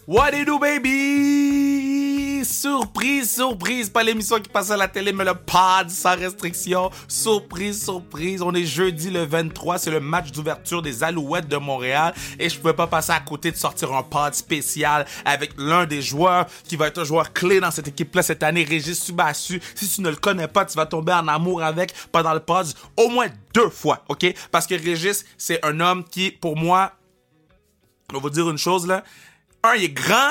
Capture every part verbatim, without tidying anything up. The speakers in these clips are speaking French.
What do you do, baby? Surprise, surprise, pas l'émission qui passe à la télé, mais le pod sans restriction. Surprise, surprise, on est jeudi le vingt-trois, c'est le match d'ouverture des Alouettes de Montréal et je pouvais pas passer à côté de sortir un pod spécial avec l'un des joueurs qui va être un joueur clé dans cette équipe-là cette année, Régis Subassu. Si tu ne le connais pas, tu vas tomber en amour avec pendant le pod au moins deux fois, ok? Parce que Régis, c'est un homme qui, pour moi, on va vous dire une chose là, un, il est grand.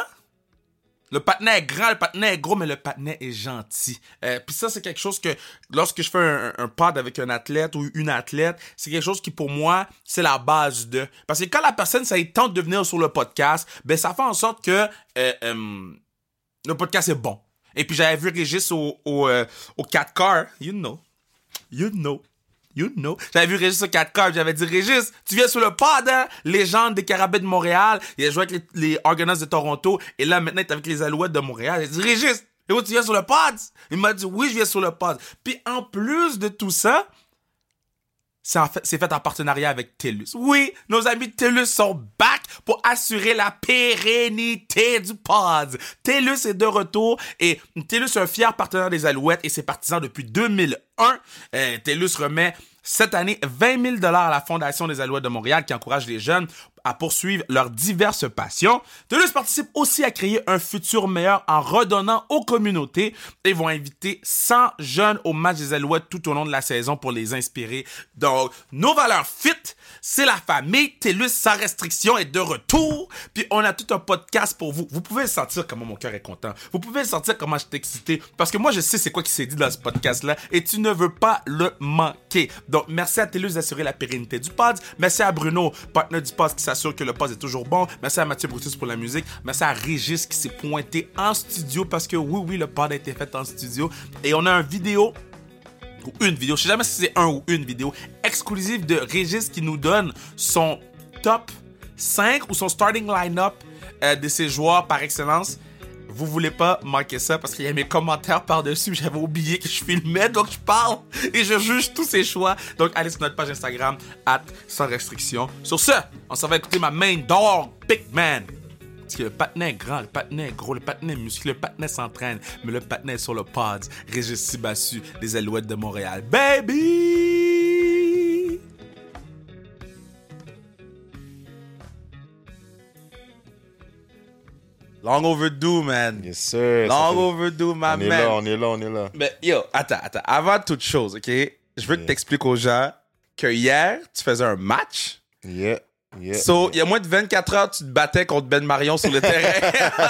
Le patinet est grand, le patinet est gros, mais le patinet est gentil. Euh, Puis ça, c'est quelque chose que, lorsque je fais un, un pod avec un athlète ou une athlète, c'est quelque chose qui, pour moi, c'est la base de... Parce que quand la personne, ça y tente de venir sur le podcast, ben ça fait en sorte que euh, euh, le podcast est bon. Et puis, j'avais vu Régis au, au, euh, au quatre Car. You know. You know. You know. J'avais vu Régis au quatre Car, j'avais dit, Régis, tu viens sur le pod, hein? Légende des Carabins de Montréal. Il a joué avec les, les Argonauts de Toronto. Et là, maintenant, il est avec les Alouettes de Montréal. J'ai dit, Régis, tu viens sur le pod? Il m'a dit, oui, je viens sur le pod. Puis, en plus de tout ça, c'est, en fait, c'est fait en partenariat avec TELUS. Oui, nos amis de TELUS sont back pour assurer la pérennité du pod. TELUS est de retour et TELUS est un fier partenaire des Alouettes et ses partisans depuis deux mille un. Euh, TELUS remet cette année vingt mille dollars à la Fondation des Alouettes de Montréal qui encourage les jeunes à poursuivre leurs diverses passions. TELUS participe aussi à créer un futur meilleur en redonnant aux communautés et vont inviter cent jeunes au match des Alouettes tout au long de la saison pour les inspirer. Donc, nos valeurs fit, c'est la famille. TELUS sans restriction est de retour. Puis on a tout un podcast pour vous. Vous pouvez sentir comment mon cœur est content. Vous pouvez sentir comment je suis excité. Parce que moi, je sais c'est quoi qui s'est dit dans ce podcast-là et tu ne veux pas le manquer. Donc, merci à TELUS d'assurer la pérennité du pod. Merci à Bruno, partenaire du pod qui s'assure que le pod est toujours bon. Merci à Mathieu Brutus pour la musique. Merci à Régis qui s'est pointé en studio parce que oui, oui, le pod a été fait en studio. Et on a une vidéo, ou une vidéo, je sais jamais si c'est un ou une vidéo, exclusive de Régis qui nous donne son top cinq ou son starting line-up euh, de ses joueurs par excellence. Vous voulez pas manquer ça parce qu'il y a mes commentaires par-dessus. J'avais oublié que je filmais, donc je parle et je juge tous ses choix. Donc, allez sur notre page Instagram, at sans restriction. Sur ce, on s'en va écouter ma main dog, Big Man. Parce que le patinet est grand, le patinet est gros, le patinet est musclé, le patinet s'entraîne, mais le patinet est sur le pod. Régis Subassu, des Alouettes de Montréal. Baby! Long overdue, man. Yes, sir. Long fait... overdue, my on man. On est là, on est là, on est là. Mais yo, attends, attends. Avant toute chose, OK? Je veux yeah. que tu expliques aux gens que hier, tu faisais un match. Yeah, yeah. So, il y a moins de vingt-quatre heures, tu te battais contre Ben Marion sur le terrain.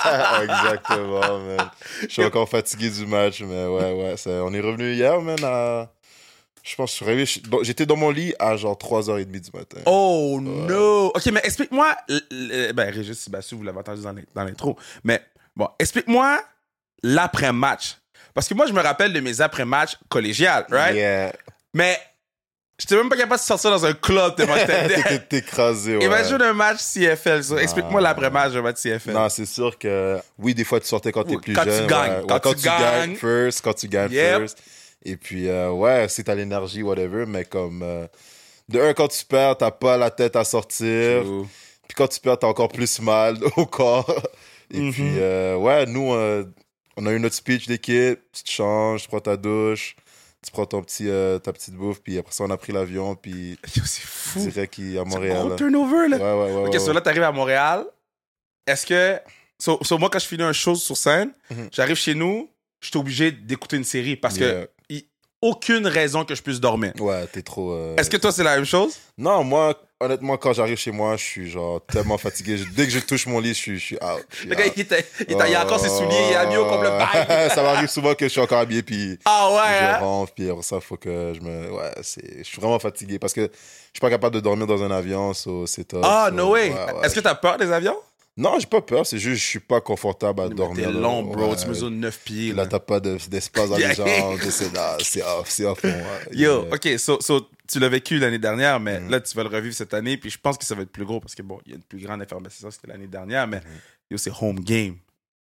Exactement, man. Je suis encore fatigué du match, mais ouais, ouais. Ça... On est revenu hier, man, à... Je pense que je suis réveillé. J'étais dans mon lit à genre trois heures trente du matin. Oh ouais. No! OK, mais explique-moi... Le, ben, Régis Subassu, vous l'avez entendu dans l'intro. Mais bon, explique-moi l'après-match. Parce que moi, je me rappelle de mes après-matchs collégiales, right? Yeah. Mais j'étais même pas capable de sortir dans un club tellement que t'étais... T'es écrasé, ouais. Imagine un match C F L. So. Explique-moi l'après-match d'un match C F L. Non, c'est sûr que... Oui, des fois, tu sortais quand t'es oui, plus quand jeune. Tu gagnes. Ouais. Quand, Ouais, quand tu, tu gagnes. gagnes first, quand tu gagnes yep. first. Et puis, euh, ouais, c'est t'as l'énergie, whatever, mais comme... Euh, de un, quand tu perds, t'as pas la tête à sortir. True. Puis quand tu perds, t'as encore plus mal au corps. Et mm-hmm. puis, euh, ouais, nous, euh, on a eu notre speech d'équipe. Tu te changes, tu prends ta douche, tu prends ton petit, euh, ta petite bouffe, puis après ça, on a pris l'avion, puis... Yo, c'est fou! Direct à Montréal. C'est un gros turnover, là. Ouais, ouais, ouais. OK, ouais, so ouais. là, t'arrives à Montréal. Est-ce que... So, so moi, quand je finis un show sur scène, mm-hmm. j'arrive chez nous, je suis obligé d'écouter une série parce yeah. que... Y... aucune raison que je puisse dormir. Ouais, t'es trop... Euh... Est-ce que toi, c'est la même chose? Non, moi, honnêtement, quand j'arrive chez moi, je suis genre tellement fatigué. Dès que je touche mon lit, je suis, je suis out. Je suis le gars, out. il, était, il, a, il a encore ses souliers, il est habillé au complet. Ça m'arrive souvent que je suis encore habillé, puis ah ouais, je hein? rentre, puis après ça, faut que je me... Ouais, c'est... je suis vraiment fatigué parce que je suis pas capable de dormir dans un avion, so c'est top. Ah, so, no way! Ouais, ouais. Est-ce que t'as peur des avions? Non, j'ai pas peur, c'est juste je suis pas confortable à mais dormir. T'es long, là. bro, Ouais. tu mesures neuf pieds. Là, là. t'as pas de, d'espace dans les jambes, c'est, là, c'est off, c'est off. Ouais. Yo, yeah. OK, so, so tu l'as vécu l'année dernière, mais mm-hmm. là, tu vas le revivre cette année, puis je pense que ça va être plus gros, parce que bon, il y a une plus grande information, c'était l'année dernière, mais mm-hmm. yo, c'est home game.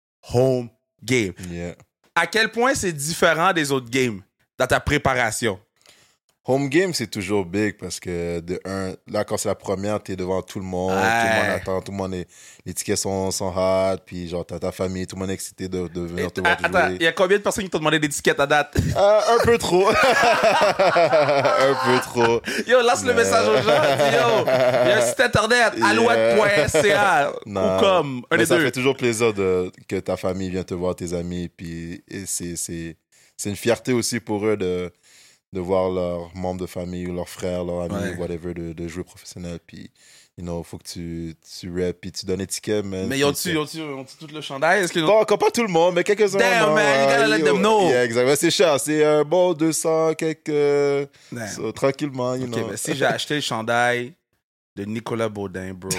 Home game. Yeah. À quel point c'est différent des autres games dans ta préparation? Home game, c'est toujours big parce que, de un, là, quand c'est la première, t'es devant tout le monde, Ouais. tout le monde attend, tout le monde est, les tickets sont, sont hot, puis genre, t'as ta famille, tout le monde est excité de, de venir te voir Ah, Attends, jouer. il y a combien de personnes qui t'ont demandé des tickets à date? Euh, un peu trop. Un peu trop. Yo, lance le Mais- message aux gens. Dis, yo, il y a un site internet, Yeah. alouette point c a Non. ou comme, un Mais des ça deux. fait toujours plaisir de, que ta famille vienne te voir, tes amis, puis et c'est, c'est, c'est une fierté aussi pour eux de, de voir leurs membres de famille ou leurs frères, leurs amis, Ouais. whatever, de, de jouer professionnel, puis, you know, faut que tu, tu rap, puis tu donnes étiquette, man. Mais puis ils ont-tu, que- ils ont-tu, ils ont-tu tout le chandail? Est-ce que Pas, encore pas tout le monde, mais quelques-uns. Damn, non, man, you gotta ouais, let yo. them know. Yeah, exactement. C'est cher, c'est un bon deux cents, quelques. euh, Damn. so, tranquillement, you Ok, know. mais si j'ai acheté le chandail de Nicolas Baudin, bro.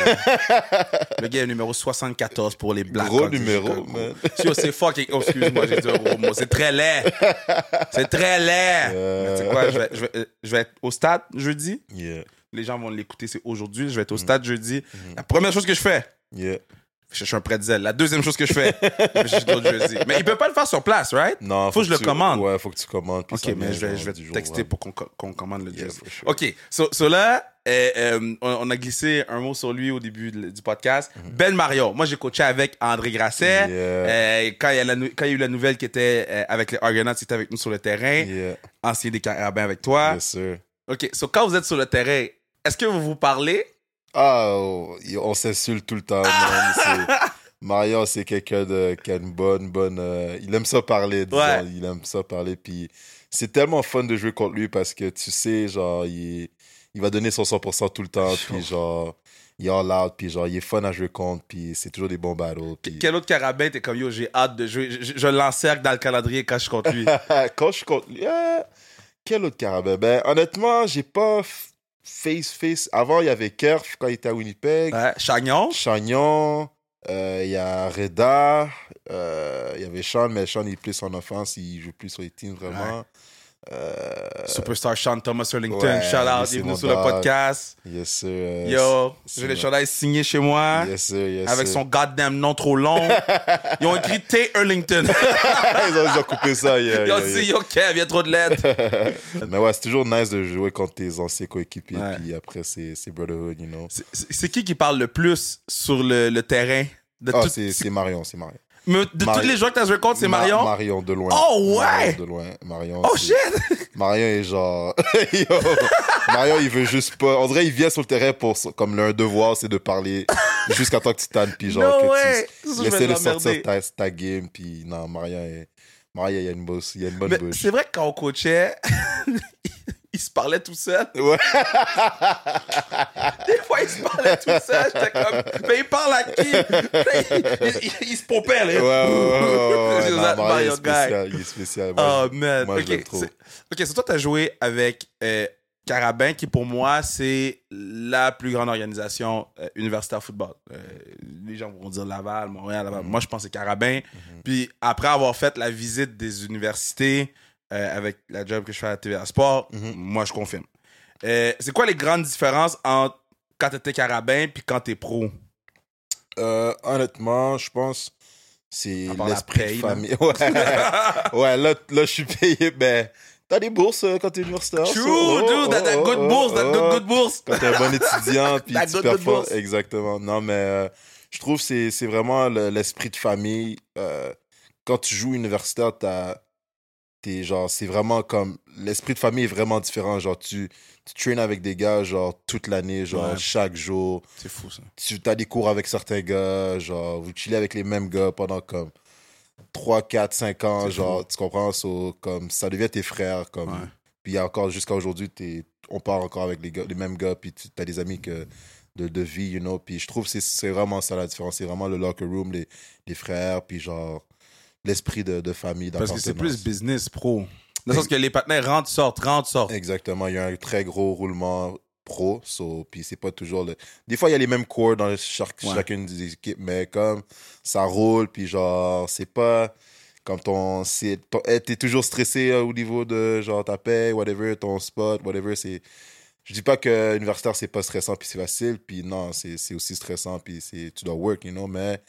Le gars est numéro soixante-quatorze pour les Blackhawks. Gros du numéro, Chicago. man. Yo, c'est fucking. Oh, excuse-moi, j'ai dit un gros mot. C'est très laid. C'est très laid. Euh. Mais tu sais quoi, je vais, je, vais, euh, je vais être au stade jeudi. Yeah, Les gens vont l'écouter, c'est aujourd'hui. Je vais être au stade jeudi. La première chose que je fais, yeah. je cherche un pretzel. La deuxième chose que je fais, je vais chercher d'autres jeudi. Mais il peut pas le faire sur place, right? Non, Faut que je le tu- commande. Ouais, faut que tu commandes. puis Ok, ça mais vient, je vais, genre, je vais du te jour texter au pour qu'on co- qu'on commande le Yeah, jersey. for sure. Ok, so, so là, euh, euh, on, on a glissé un mot sur lui au début de- du podcast. Ben Mario. Moi, j'ai coaché avec André Grasset. Yeah. Euh, quand, il y a la nou- quand il y a eu la nouvelle qui était euh, avec les Argonauts, il était avec nous sur le terrain. Yeah, Ancien des Carabins avec toi. yes, sir. Ok, so quand vous êtes sur le terrain, est-ce que vous vous parlez? Ah, oh, on s'insulte tout le temps, man. C'est- Mario, c'est quelqu'un de, qui a une bonne, bonne. euh, il aime ça parler, disons. Ouais. Il aime ça parler. Puis c'est tellement fun de jouer contre lui parce que tu sais, genre, il, est- il va donner son cent pour cent tout le temps. Sure. Puis genre, il est all out. Puis genre, il est fun à jouer contre. Puis c'est toujours des bons battles. Puis... Quel autre Carabin t'es comme yo, j'ai hâte de jouer. Je, je, je l'encercle dans le calendrier quand je suis contre lui. Quand je suis contre lui, euh, quel autre carabin? Ben, honnêtement, j'ai pas f- face-face. Avant, il y avait Kerf quand il était à Winnipeg. Ouais, Chagnon. Chagnon, euh, il y a Reda, euh, il y avait Sean, mais Sean, il est plus en offense, il joue plus sur les teams, vraiment. Euh, Superstar Sean Thomas Erlington, ouais, shout out, lui, c'est il est venu mon sur le dog. podcast. yes, sir. euh, Yo, c'est j'ai le vrai. chandail signé chez moi. Yes, sir, yes, Avec sir. son goddamn nom trop long. Ils ont écrit T. Erlington. ils, ont, ils ont coupé ça, yeah, Ils ont yeah, dit, yeah. yo, Kev, il y a trop de lettres. Mais ouais, c'est toujours nice de jouer contre tes anciens coéquipiers, Ouais. puis après, c'est c'est brotherhood, you know. C'est- C'est c'est qui qui parle le plus sur le, le terrain? De, Ah, tout- c'est c'est Marion, c'est Marion. Mais de Mari- tous les joueurs que tu as joué contre, c'est Ma- Marion? Marion, de loin. Oh, ouais! Marion, de loin. Marion, Oh c'est- shit! Marion est genre. Yo, Marion, il veut juste pas. On dirait qu'il vient sur le terrain pour. Comme leur devoir, c'est de parler jusqu'à temps que tu tannes. Puis genre, No que way! tu. Ça, je vais Essaie de l'emmerder. sortir ta, ta game. Puis non, Marion est. Marion, il y a une, bosse, il y a une bonne Mais bouche. c'est vrai que quand on coachait, il se parlait tout seul. Ouais. Des fois, il se parlait tout seul. J'étais comme, mais il parle à qui? il, il- il- il se pompait, là. Ouais, ouais, ouais, ouais, ouais. C'est Non, that Marion Mario est spécial. Il est spécial. Moi, Oh je- man, moi, je ok. l'aime trop. c'est- Ok, so toi, t'as joué avec euh, Carabin, qui pour moi, c'est la plus grande organisation euh, universitaire football. Euh, les gens vont dire Laval, Montréal, Laval. Moi, je pense que c'est Carabin. Puis après avoir fait la visite des universités euh, avec la job que je fais à T V A Sport, Mhm. moi, je confirme. Euh, c'est quoi les grandes différences entre quand t'étais Carabin puis quand t'es pro? Euh, honnêtement, je pense c'est À part la l'esprit paye, de là. famille. Ouais, ouais là, là je suis payé. Ben, t'as des bourses euh, quand t'es universitaire. True, ça. Oh, dude, that, that oh, good oh, bourse, that oh, good, oh. good bourse. Quand t'es un bon étudiant, puis La tu good, good performes. bourse. Exactement. Non, mais euh, je trouve que c'est c'est vraiment le- l'esprit de famille. Euh, quand tu joues universitaire, t'as. T'es genre, c'est vraiment comme. L'esprit de famille est vraiment différent. Genre, tu, tu traînes avec des gars, genre, toute l'année, genre, Ouais. chaque jour. C'est fou, ça. Tu as des cours avec certains gars, genre, vous chillez avec les mêmes gars pendant comme trois, quatre, cinq ans, C'est genre, fou. tu comprends? So, comme, ça devient tes frères, comme. Ouais. Puis encore, jusqu'à aujourd'hui, t'es- on part encore avec les, gars, les mêmes gars, puis tu as des amis que, de, de vie, you know? Puis je trouve que c'est- c'est vraiment ça la différence. C'est vraiment le locker room, les, les frères, puis genre, l'esprit de, de famille. Parce que c'est plus d'appartenance. business pro. Dans le sens que les partenaires rentrent, sortent, rentrent, sortent. Exactement, il y a un très gros roulement pro, so, puis c'est pas toujours le... Des fois, il y a les mêmes cours dans chaque, Ouais. chacune des équipes, mais comme ça roule, puis genre, c'est pas... Comme ton... c'est- ton- eh, T'es toujours stressé euh, au niveau de, genre, ta paie, whatever, ton spot, whatever, c'est... Je dis pas que universitaire, c'est pas stressant, puis c'est facile, puis non, c'est c'est aussi stressant, puis c'est- tu dois work, you know, mais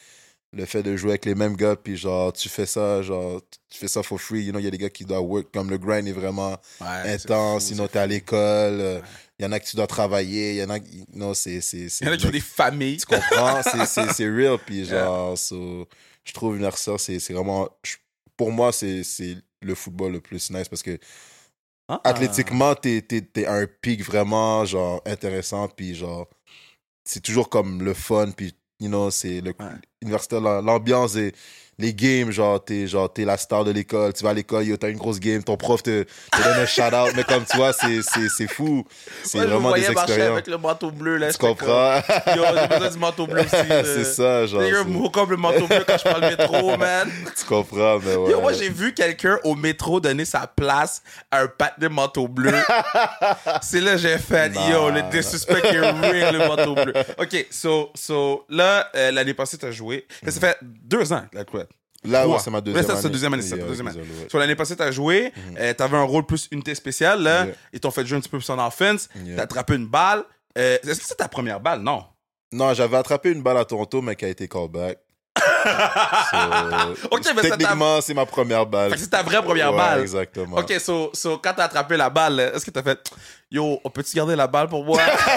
le fait de jouer avec les mêmes gars, puis genre, tu fais ça, genre, tu fais ça for free. You know, il y a des gars qui doivent work, comme le grind est vraiment Ouais, intense, fou, sinon c'est t'es à fou. l'école, il Ouais. y en a que tu dois travailler, il y en a qui, non, c'est, c'est, c'est, Il y en a qui ont des familles. tu comprends, c'est, c'est, c'est real, puis genre, so, je trouve une ça, c'est, c'est vraiment, je- pour moi, c'est, c'est le football le plus nice, parce que Ah. athlétiquement, t'es, t'es, t'es à un pic vraiment, genre, intéressant, puis genre, c'est toujours comme le fun, puis, you know, c'est le Ouais. universitaire, la- l'ambiance et les games, genre, t'es, genre, t'es la star de l'école, tu vas à l'école, yo, t'as une grosse game, ton prof te, te donne un shout-out, mais comme tu vois, c'est, c'est, c'est fou. C'est Moi, je me vraiment voyais des marcher expériences. avec le manteau bleu, là. Tu j'étais comprends? comme, Yo, j'ai besoin du manteau bleu aussi. là. C'est ça, genre. D'ailleurs, c'est- mot comme le manteau bleu quand je parle métro, man. Tu comprends, mais ouais. Yo, moi, j'ai vu quelqu'un au métro donner sa place à un patin manteau bleu. C'est là que j'ai fait, Nah, yo, le nah. disrespect est real, le manteau bleu. OK, so, so là, euh, l'année passée, t'as joué. Ça fait deux ans, la couette. Là, ouais, Ouais. c'est ma deuxième Ouais, ça, année. c'est ta deuxième année, c'est ta Yeah, deuxième année. désolé, ouais. Sur l'année passée, t'as joué, euh, t'avais un rôle plus unité spéciale, là. Yeah. Ils t'ont fait jouer un petit peu plus en offense. Yeah. T'as attrapé une balle. Euh, est-ce que c'est ta première balle? Non. Non, j'avais attrapé une balle à Toronto, mais qui a été callback. So, Ok, mais ça t'a- techniquement, c'est ma première balle. Fait que c'est ta vraie première Ouais, balle. exactement. OK, so, so quand t'as attrapé la balle, est-ce que t'as fait Yo, on peut-tu garder la balle pour moi?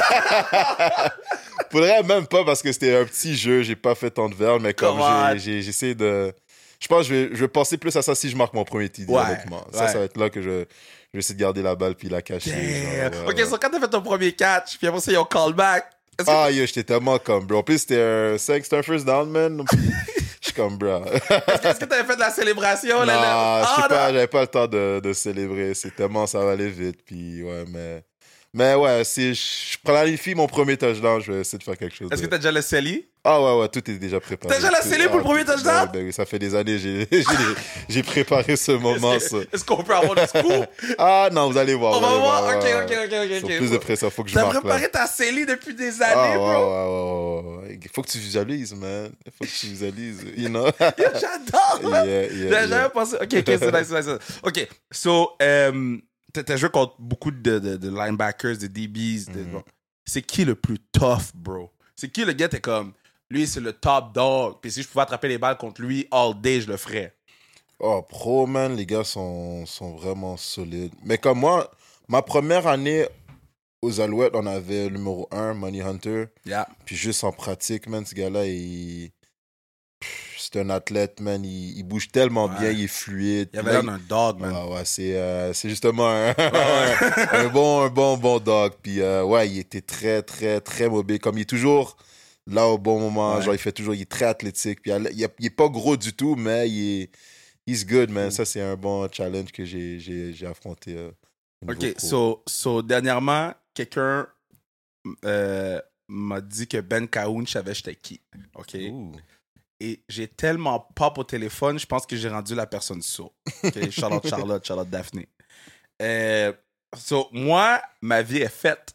Faudrait même pas parce que c'était un petit jeu, j'ai pas fait tant de verres, mais comme Come on. j'ai, j'ai, j'essaie de. Je pense que je vais, je vais penser plus à ça si je marque mon premier T D, Ouais, honnêtement. Ça, ouais. ça va être là que je, je vais essayer de garder la balle puis la cacher. Damn. genre, ouais, OK, ouais. so quand t'as fait ton premier catch, puis après ça, ils ont call back. Est-ce que Ah, yo, j'étais tellement comme, bro. En plus, c'était un cinq, c'était un first down, man. Puis, je suis comme, bro. est-ce que t'avais fait de la célébration? Non, là, là? je sais Ah, pas, non. j'avais pas le temps de, de célébrer. C'est tellement, ça va aller vite. Puis, ouais, mais. Mais ouais, si je, je planifie mon premier touchdown, je vais essayer de faire quelque chose. Est-ce de- que t'as déjà le celly? Ah ouais, ouais, tout est déjà préparé. T'as déjà la Tout- scellé pour le ah, premier tout- touchdown? ouais, ben oui, ça fait des années, j'ai, j'ai, j'ai préparé ce moment, Est-ce ça. que- est-ce qu'on peut avoir le scoop? Ah non, vous allez voir. On vous va allez voir. ouais, OK, ouais, OK, ouais. OK, OK. Sur OK. plus de pression, faut que je T'as marque là. préparé ta celly depuis des Ah années, ouais, bro. ouais, ouais, ouais, ouais. Faut que tu visualises, man. Faut que tu visualises, you know? Yo, j'adore, man. Yeah, yeah, J'avais yeah. jamais pensé. OK, OK, c'est nice, c'est nice, c'est nice. OK, so, euh, t'as t'as joué contre beaucoup de, de, de linebackers, de D Bs. De, Mhm. bon. C'est qui le plus tough, bro? C'est qui le gars, t'es comme, lui, c'est le top dog. Puis si je pouvais attraper les balles contre lui all day, je le ferais. Oh, pro, man, les gars sont, sont vraiment solides. Mais comme moi, ma première année aux Alouettes, on avait le numéro un, Money Hunter. Yeah. Puis juste en pratique, man, ce gars-là, il... Pff, c'est un athlète, man. Il, il bouge tellement Ouais. bien, il est fluide. Il y avait Là, l'air d'un dog, man. Ouais, ouais, c'est, euh, c'est justement un, un bon, un bon, bon dog. Puis, euh, ouais, il était très, très, très mobile. Comme il est toujours là au bon moment. Ouais. Genre, il fait toujours, il est très athlétique. Puis, il, il, il est pas gros du tout, mais il est, he's good, man. Ça, c'est un bon challenge que j'ai, j'ai, j'ai affronté. euh, au niveau OK, pro. so, so dernièrement, quelqu'un euh, m'a dit que Ben Cahoun savait j'étais qui. OK? Ouh. Et j'ai tellement pop au téléphone, je pense que j'ai rendu la personne sourde. OK? Charlotte, Charlotte, Charlotte Daphné. Euh, so, moi, ma vie est faite.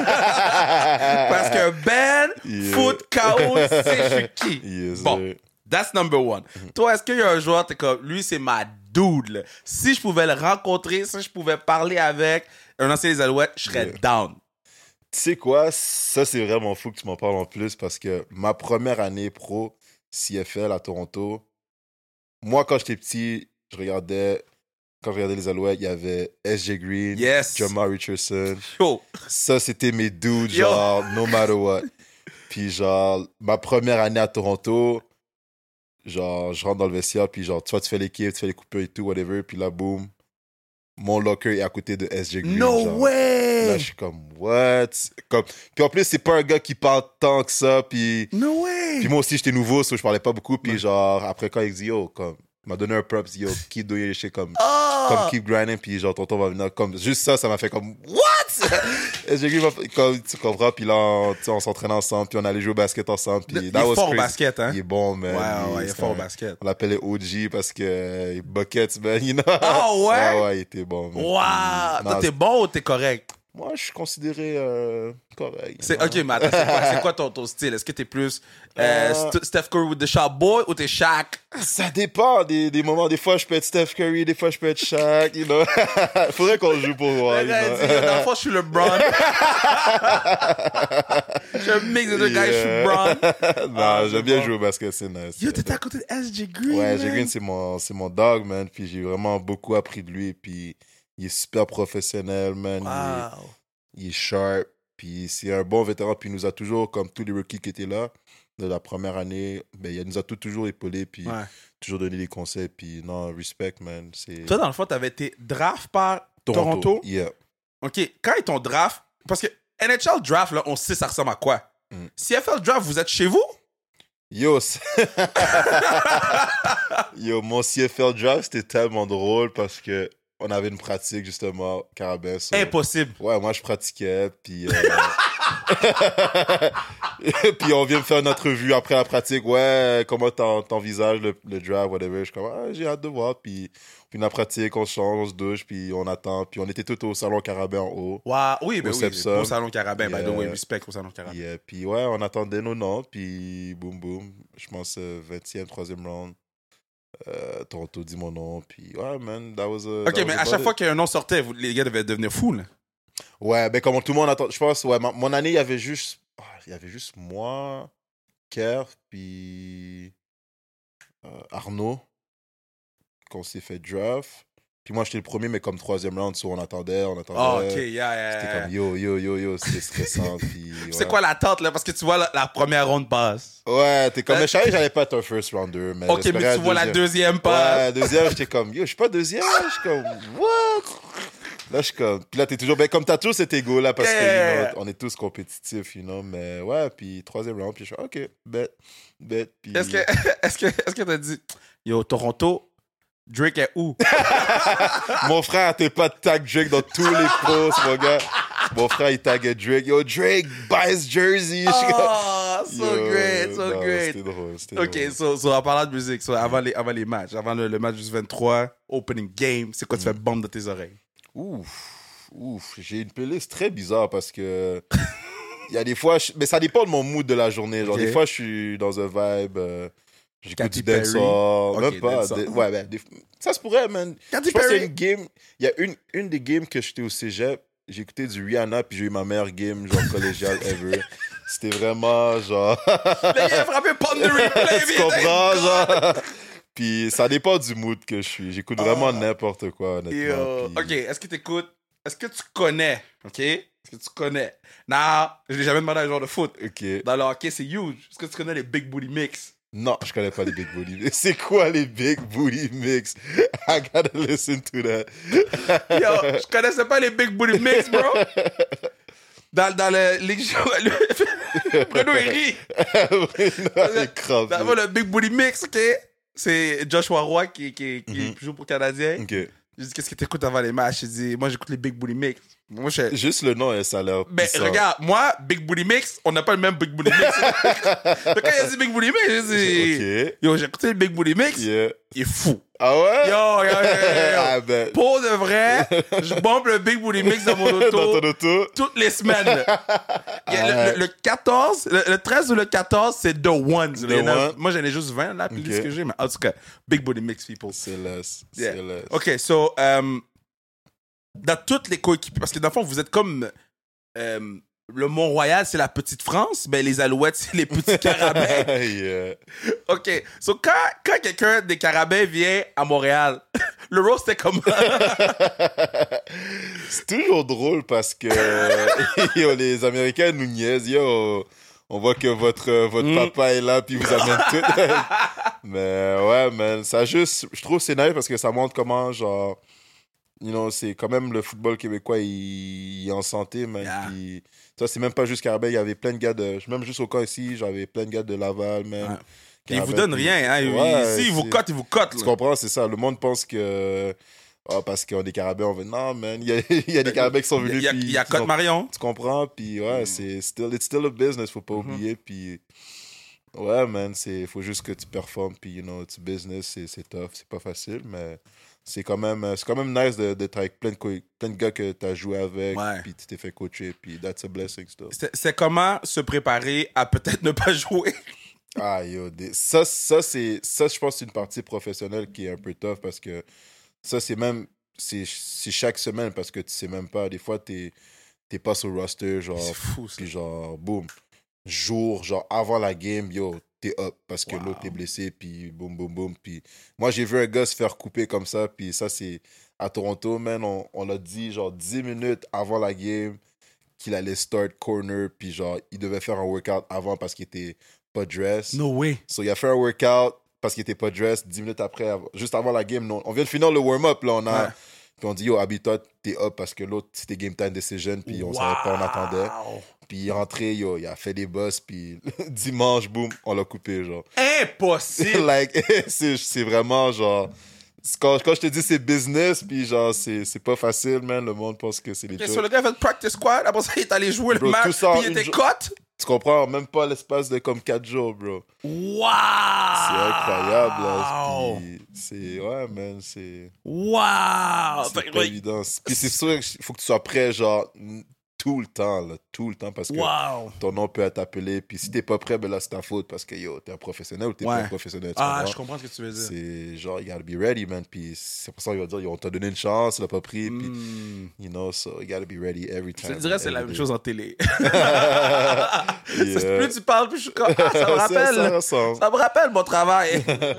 Parce que Ben, Yeah. Foot, Cahoun, c'est je suis qui. Yes, Bon. sir. That's number one. Toi, est-ce qu'il y a un joueur, t'es comme, lui, c'est ma dude, là. Si je pouvais le rencontrer, si je pouvais parler avec un ancien des Alouettes, je serais Yeah. down. Tu sais quoi? Ça, c'est vraiment fou que tu m'en parles en plus parce que ma première année pro C F L à Toronto, moi, quand j'étais petit, je regardais, quand je regardais les Alouettes, il y avait S J Green, Yes. Jamar Richardson. Yo. Ça, c'était mes dudes, Yo. genre, no matter what. Puis, genre, ma première année à Toronto, genre, je rentre dans le vestiaire, puis, genre, toi, tu fais l'équipe, tu fais les coupures et tout, whatever, puis là, boum, mon locker est à côté de S J Green. No genre. way! Là, je suis comme, what? Comme... Puis en plus, c'est pas un gars qui parle tant que ça. Puis, No way! puis moi aussi, j'étais nouveau, so je parlais pas beaucoup. Puis genre, après, quand il dit, yo, comme, il m'a donné un props, yo, keep doing your shit, comme, Oh! comme keep grinding. Puis genre, tonton va venir. Comme, juste ça, ça m'a fait comme, what? Et j'ai comme, tu comprends. Puis là, on, tu sais, on s'entraînait ensemble. Puis on allait jouer au basket ensemble. Puis Il that est was fort au crazy. basket, hein? Il est bon, man. Ouais, Il- ouais, il est c'est fort au un- basket. On l'appelait O G parce que euh, buckets, man, you know? Ah ouais? Ouais, ouais, il était bon. man. Wow! Puis, Toi, non, t'es bon ou t'es correct? Moi, je suis considéré euh, correct. C'est, ok, mais attends, c'est quoi, c'est quoi ton, ton style? Est-ce que t'es plus euh, Euh, St- Steph Curry with the shot boy ou t'es Shaq? Ça dépend des, des moments. Des fois, je peux être Steph Curry, des fois, je peux être Shaq, you know. Faudrait qu'on joue pour voir, you Le gars, know. il dit, dans le fond, je suis LeBron. Je suis un mix de deux gars, je suis Yeah. LeBron. non, Ah, j'aime c'est bien bon. jouer au basket, c'est nice. Yo, t'étais à côté de S J Green. Ouais, man. Jay Green, c'est mon, c'est mon dog, man. Puis j'ai vraiment beaucoup appris de lui. Puis il est super professionnel, man. Il est- Wow. Il est sharp, puis c'est un bon vétéran, puis il nous a toujours, comme tous les rookies qui étaient là, de la première année, ben, il nous a tout, toujours épaulés, puis Ouais. toujours donné des conseils, puis non, respect, man. C'est Toi, dans le fond, t'avais été draft par Toronto. Yeah. OK, quand ils t'ont draft, parce que N H L draft, là, on sait ça ressemble à quoi. Mm. C F L draft, vous êtes chez vous? Yo, c'est- Yo, mon C F L draft, c'était tellement drôle parce que on avait une pratique, justement, carabin. so- Impossible. Ouais, moi, je pratiquais, puis... euh, puis on vient me faire notre revue après la pratique. Ouais, comment t'en- t'envisages le, le draft, whatever. Je suis comme, ah, j'ai hâte de voir. Puis, puis la pratique, on se change, on se douche, puis on attend. Puis on était tous au salon Carabin en haut. Wow. Oui, ben Au oui, Sepsum. au Salon Carabin. By the Yeah. way, respect au Salon Carabin. Yeah, puis ouais, on attendait nos noms, puis boum boum. Je pense euh, vingtième, troisième round. Euh, Toronto dit mon nom, puis ouais, man, that was a. OK, that was mais à about chaque it. fois qu'un nom sortait, vous- les gars devaient devenir fous, là. Ouais, ben comme tout le monde attend, je pense, ouais, ma- mon année, il y avait juste, ah, il y avait juste moi, Kerr, puis euh, Arnaud, qu'on s'est fait draft. Puis moi, j'étais le premier, mais comme troisième round, so on attendait, on attendait. Ah, OK, yeah, yeah, C'était yeah. comme yo, yo, yo, yo, c'était stressant, puis C'est ouais. quoi l'attente, là? Parce que tu vois, la, la première ronde passe. Ouais, t'es comme, Euh, mais je savais que j'allais pas être un first rounder, mais OK, mais j'espérais tu vois la deuxième. deuxième passe. Ouais, deuxième, j'étais comme, yo, je suis pas deuxième. Je suis comme, what? Là, je suis comme, puis là, t'es toujours, ben, comme t'as toujours cet ego-là, parce Yeah. que, you know, on est tous compétitifs, you know, mais ouais, puis troisième round, puis je suis, ok, bet, bet, puis. Est-ce que est-ce que est-ce que t'as dit yo Toronto, Drake est où? Mon frère, t'es pas de tag Drake dans tous les posts, mon gars. Mon frère, il taguait Drake. Yo, Drake, buy his jersey. Je suis comme, Oh, so yo, great, so non, great. C'était drôle, c'était OK, drôle. so, so en parlant de musique, so avant, les, avant les matchs, avant le, le match du vingt-trois, opening game, c'est quoi tu fais bombe de tes oreilles? Ouf, ouf, j'ai une playlist très bizarre parce que il y a des fois, je- mais ça dépend de mon mood de la journée. Genre Ok. des fois, je suis dans un vibe, euh, j'écoute Katy du dancehall, Perry. même Ok, pas. dancehall. des- ouais, ben, des- ça se pourrait, man. Katy Je pense qu'il y a Perry. une game, il y a une, une des games que j'étais au cégep, j'ai écouté du Rihanna puis j'ai eu ma meilleure game genre collégiale ever. C'était vraiment genre, Le gars a frappé pas de replay, tu vite, comprends, thank genre. Puis ça dépend du mood que je suis. J'écoute vraiment Ah. n'importe quoi, honnêtement. Yo, puis- OK, est-ce que t'écoutes? Est-ce que tu connais? OK? Est-ce que tu connais? Non, je l'ai jamais demandé à un joueur de foot. Ok. Dans le hockey, c'est huge. Est-ce que tu connais les Big Booty Mix? Non, je connais pas les Big Booty Mix. C'est quoi les Big Booty Mix? I gotta listen to that. Yo, je connaissais pas les Big Booty Mix, bro. Dans, dans le... Les... Bruno, il rit. Il est crampé. Dans le fond, le Big Booty Mix, OK? C'est Joshua Roy qui, qui, qui Mhm. joue pour le Canadien. Ok. Je dis, qu'est-ce que t'écoutes avant les matchs? Il dit, moi, j'écoute les Big Booty Mix. Moi, je... Juste le nom, ça a l'air Ben, puissant. regarde, moi, Big Booty Mix, on n'a pas le même Big Booty Mix. Mais quand il a dit Big Booty Mix, j'ai dit, Ok. yo, j'ai écouté le Big Booty Mix, Yeah. il est fou. Ah ouais? Yo, yo, yo, yo, yo. Ah ben. Pour de vrai, je bombe le Big Booty Mix dans mon auto Dans ton auto? toutes les semaines. Il y a le, le- le quatorze, le, le treize ou le quatorze, c'est The Ones. The Il y en a- One. Moi, j'en ai juste vingt, là, puis Ok. ce que j'ai, mais en tout cas, Big Booty Mix, people. C'est less. Yeah. C'est less. OK, so, um, dans toutes les coéquipiers, parce que dans le fond, vous êtes comme um, le Mont-Royal, c'est la petite France, ben les Alouettes, c'est les petits Carabins. Yeah. OK, so quand, quand quelqu'un des Carabins vient à Montréal, le roast est comme... C'est toujours drôle parce que yo, les Américains nous niaisent. Yo, on voit que votre, euh, votre Mm. papa est là puis il vous amène tout. Mais ouais, man, ça juste, je trouve que c'est nice parce que ça montre comment, genre, you know, c'est quand même le football québécois, il, il est en santé, man. Yeah. Puis, ça, c'est même pas juste Carabin, il y avait plein de gars de, même juste au camp ici, j'avais plein de gars de Laval, man. Ouais. Puis ils vous Carabin, donnent puis- rien, hein. Ouais, Ici, ils vous c'est- cotent, ils vous cotent. Tu là. comprends, c'est ça. Le monde pense que. Ah, parce qu'on est Carabins, on veut. Non, man. Il y a, il y a des Carabins qui sont Il venus. y a, puis il y a qui sont- Cote Marion. Tu comprends? Puis ouais, Mm. c'est still, it's still a business, faut pas Mhm. oublier. Puis ouais, man, c'est faut juste que tu performes. Puis, you know, it's business, c'est c'est tough, c'est pas facile, mais c'est quand même, c'est quand même nice de, d'être avec plein de, co- plein de gars que tu as joué avec, Ouais. puis tu t'es fait coacher, puis that's a blessing still. C'est, c'est comment se préparer à peut-être ne pas jouer. Ah, yo, des- ça, ça, c'est, ça, je pense que c'est une partie professionnelle qui est un peu tough parce que ça, c'est même, c'est, c'est chaque semaine parce que tu sais même pas, des fois, t'es, t'es pas sur le roster, genre, C'est fou, ça. puis genre, boum, jour, genre, avant la game, yo, t'es up parce que Wow. l'autre est blessé, puis boum, boum, boum, puis moi, j'ai vu un gars se faire couper comme ça, puis ça, c'est à Toronto, man, on, on l'a dit, genre, dix minutes avant la game qu'il allait start corner, puis genre, il devait faire un workout avant parce qu'il était pas dress. No way. So, il a fait un workout parce qu'il était pas dress. Dix minutes après, av- juste avant la game, non, on vient de finir le warm-up, là, on a... Ouais. Puis on dit, yo, habille-toi, t'es up parce que l'autre, c'était game time decision, puis on savait pas, on attendait. Wow. Puis il est rentré, yo, il a fait des boss, puis dimanche, boum, on l'a coupé, genre. Impossible. like, c'est, c'est vraiment, genre... c'est Quand, quand je te dis c'est business, puis genre, c'est, c'est pas facile, man. Le monde pense que c'est les Okay, jokes. so le gars a fait practice squad, après ça, il est allé jouer Bro, le tout match, ça en puis il une était jo- cut. Tu comprends? Même pas l'espace de comme quatre jours, bro. Wow! C'est incroyable, là. Puis c'est... Ouais, man, c'est... Wow! C'est Fait- pas ouais. évident. Puis c'est sûr qu'il faut que tu sois prêt, genre, tout le temps, là. Tout le temps, parce que Wow! ton nom peut être appelé. Puis si t'es pas prêt, ben là, c'est ta faute, parce que, yo, t'es un professionnel ou t'es Ouais. pas un professionnel, tu Ah, comprends? je comprends ce que tu veux dire. C'est genre, you gotta be ready, man. Puis c'est pour ça qu'il va dire, yo, on t'a donné une chance, tu l'as pas pris. Puis, Hmm. you know, so you gotta be ready every Je time. te dirais, c'est la every même day. chose en télé. Puis, euh, Plus tu parles, plus je suis comme, ah, ça me rappelle. ça ressemble. Ça me rappelle mon travail.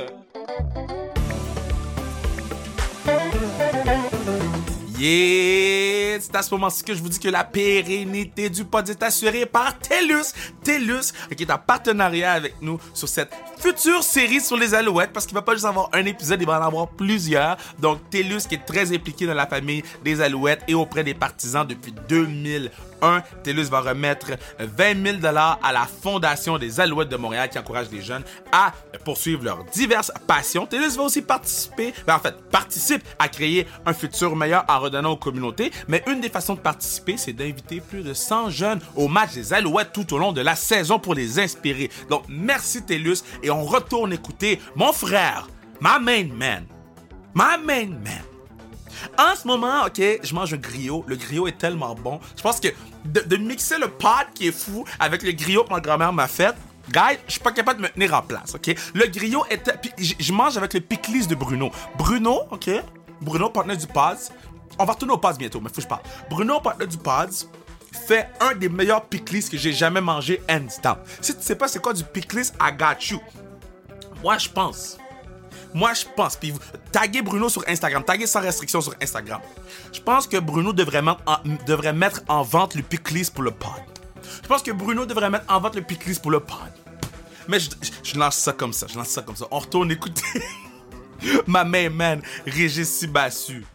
Yeah! C'est à ce moment-ci que je vous dis que la pérennité du pod est assurée par TELUS. TELUS, qui est en partenariat avec nous sur cette future série sur les Alouettes, parce qu'il va pas juste avoir un épisode, il va en avoir plusieurs. Donc, TELUS qui est très impliqué dans la famille des Alouettes et auprès des partisans depuis deux mille un. TELUS va remettre vingt mille dollars à la Fondation des Alouettes de Montréal qui encourage les jeunes à poursuivre leurs diverses passions. TELUS va aussi participer, ben en fait, participe à créer un futur meilleur en redonnant aux communautés. Mais une des façons de participer, c'est d'inviter plus de cent jeunes au match des Alouettes tout au long de la saison pour les inspirer. Donc, merci TELUS et on retourne écouter mon frère, my main man, my main man. En ce moment, OK, je mange un griot. Le griot est tellement bon. Je pense que de, de mixer le pot qui est fou avec le griot que ma grand-mère m'a fait, guys, je suis pas capable de me tenir en place, OK? Le griot est... Puis je, je mange avec le pickles de Bruno. Bruno, OK? Bruno, partenaire du Pods. On va retourner au Pods bientôt, mais faut que je parle. Bruno, partenaire du Pods, fait un des meilleurs pickles que j'ai jamais mangé hands down. Si tu sais pas c'est quoi du pickles, I got you. Moi, je pense... Moi, je pense, puis taguez Bruno sur Instagram, taguez sans restriction sur Instagram. Je pense que Bruno devrait mettre en, devrait mettre en vente le pickles pour le pod. Je pense que Bruno devrait mettre en vente le pickles pour le pod. Mais je, je, je lance ça comme ça, je lance ça comme ça. On retourne écouter ma main man, Régis Sibassu.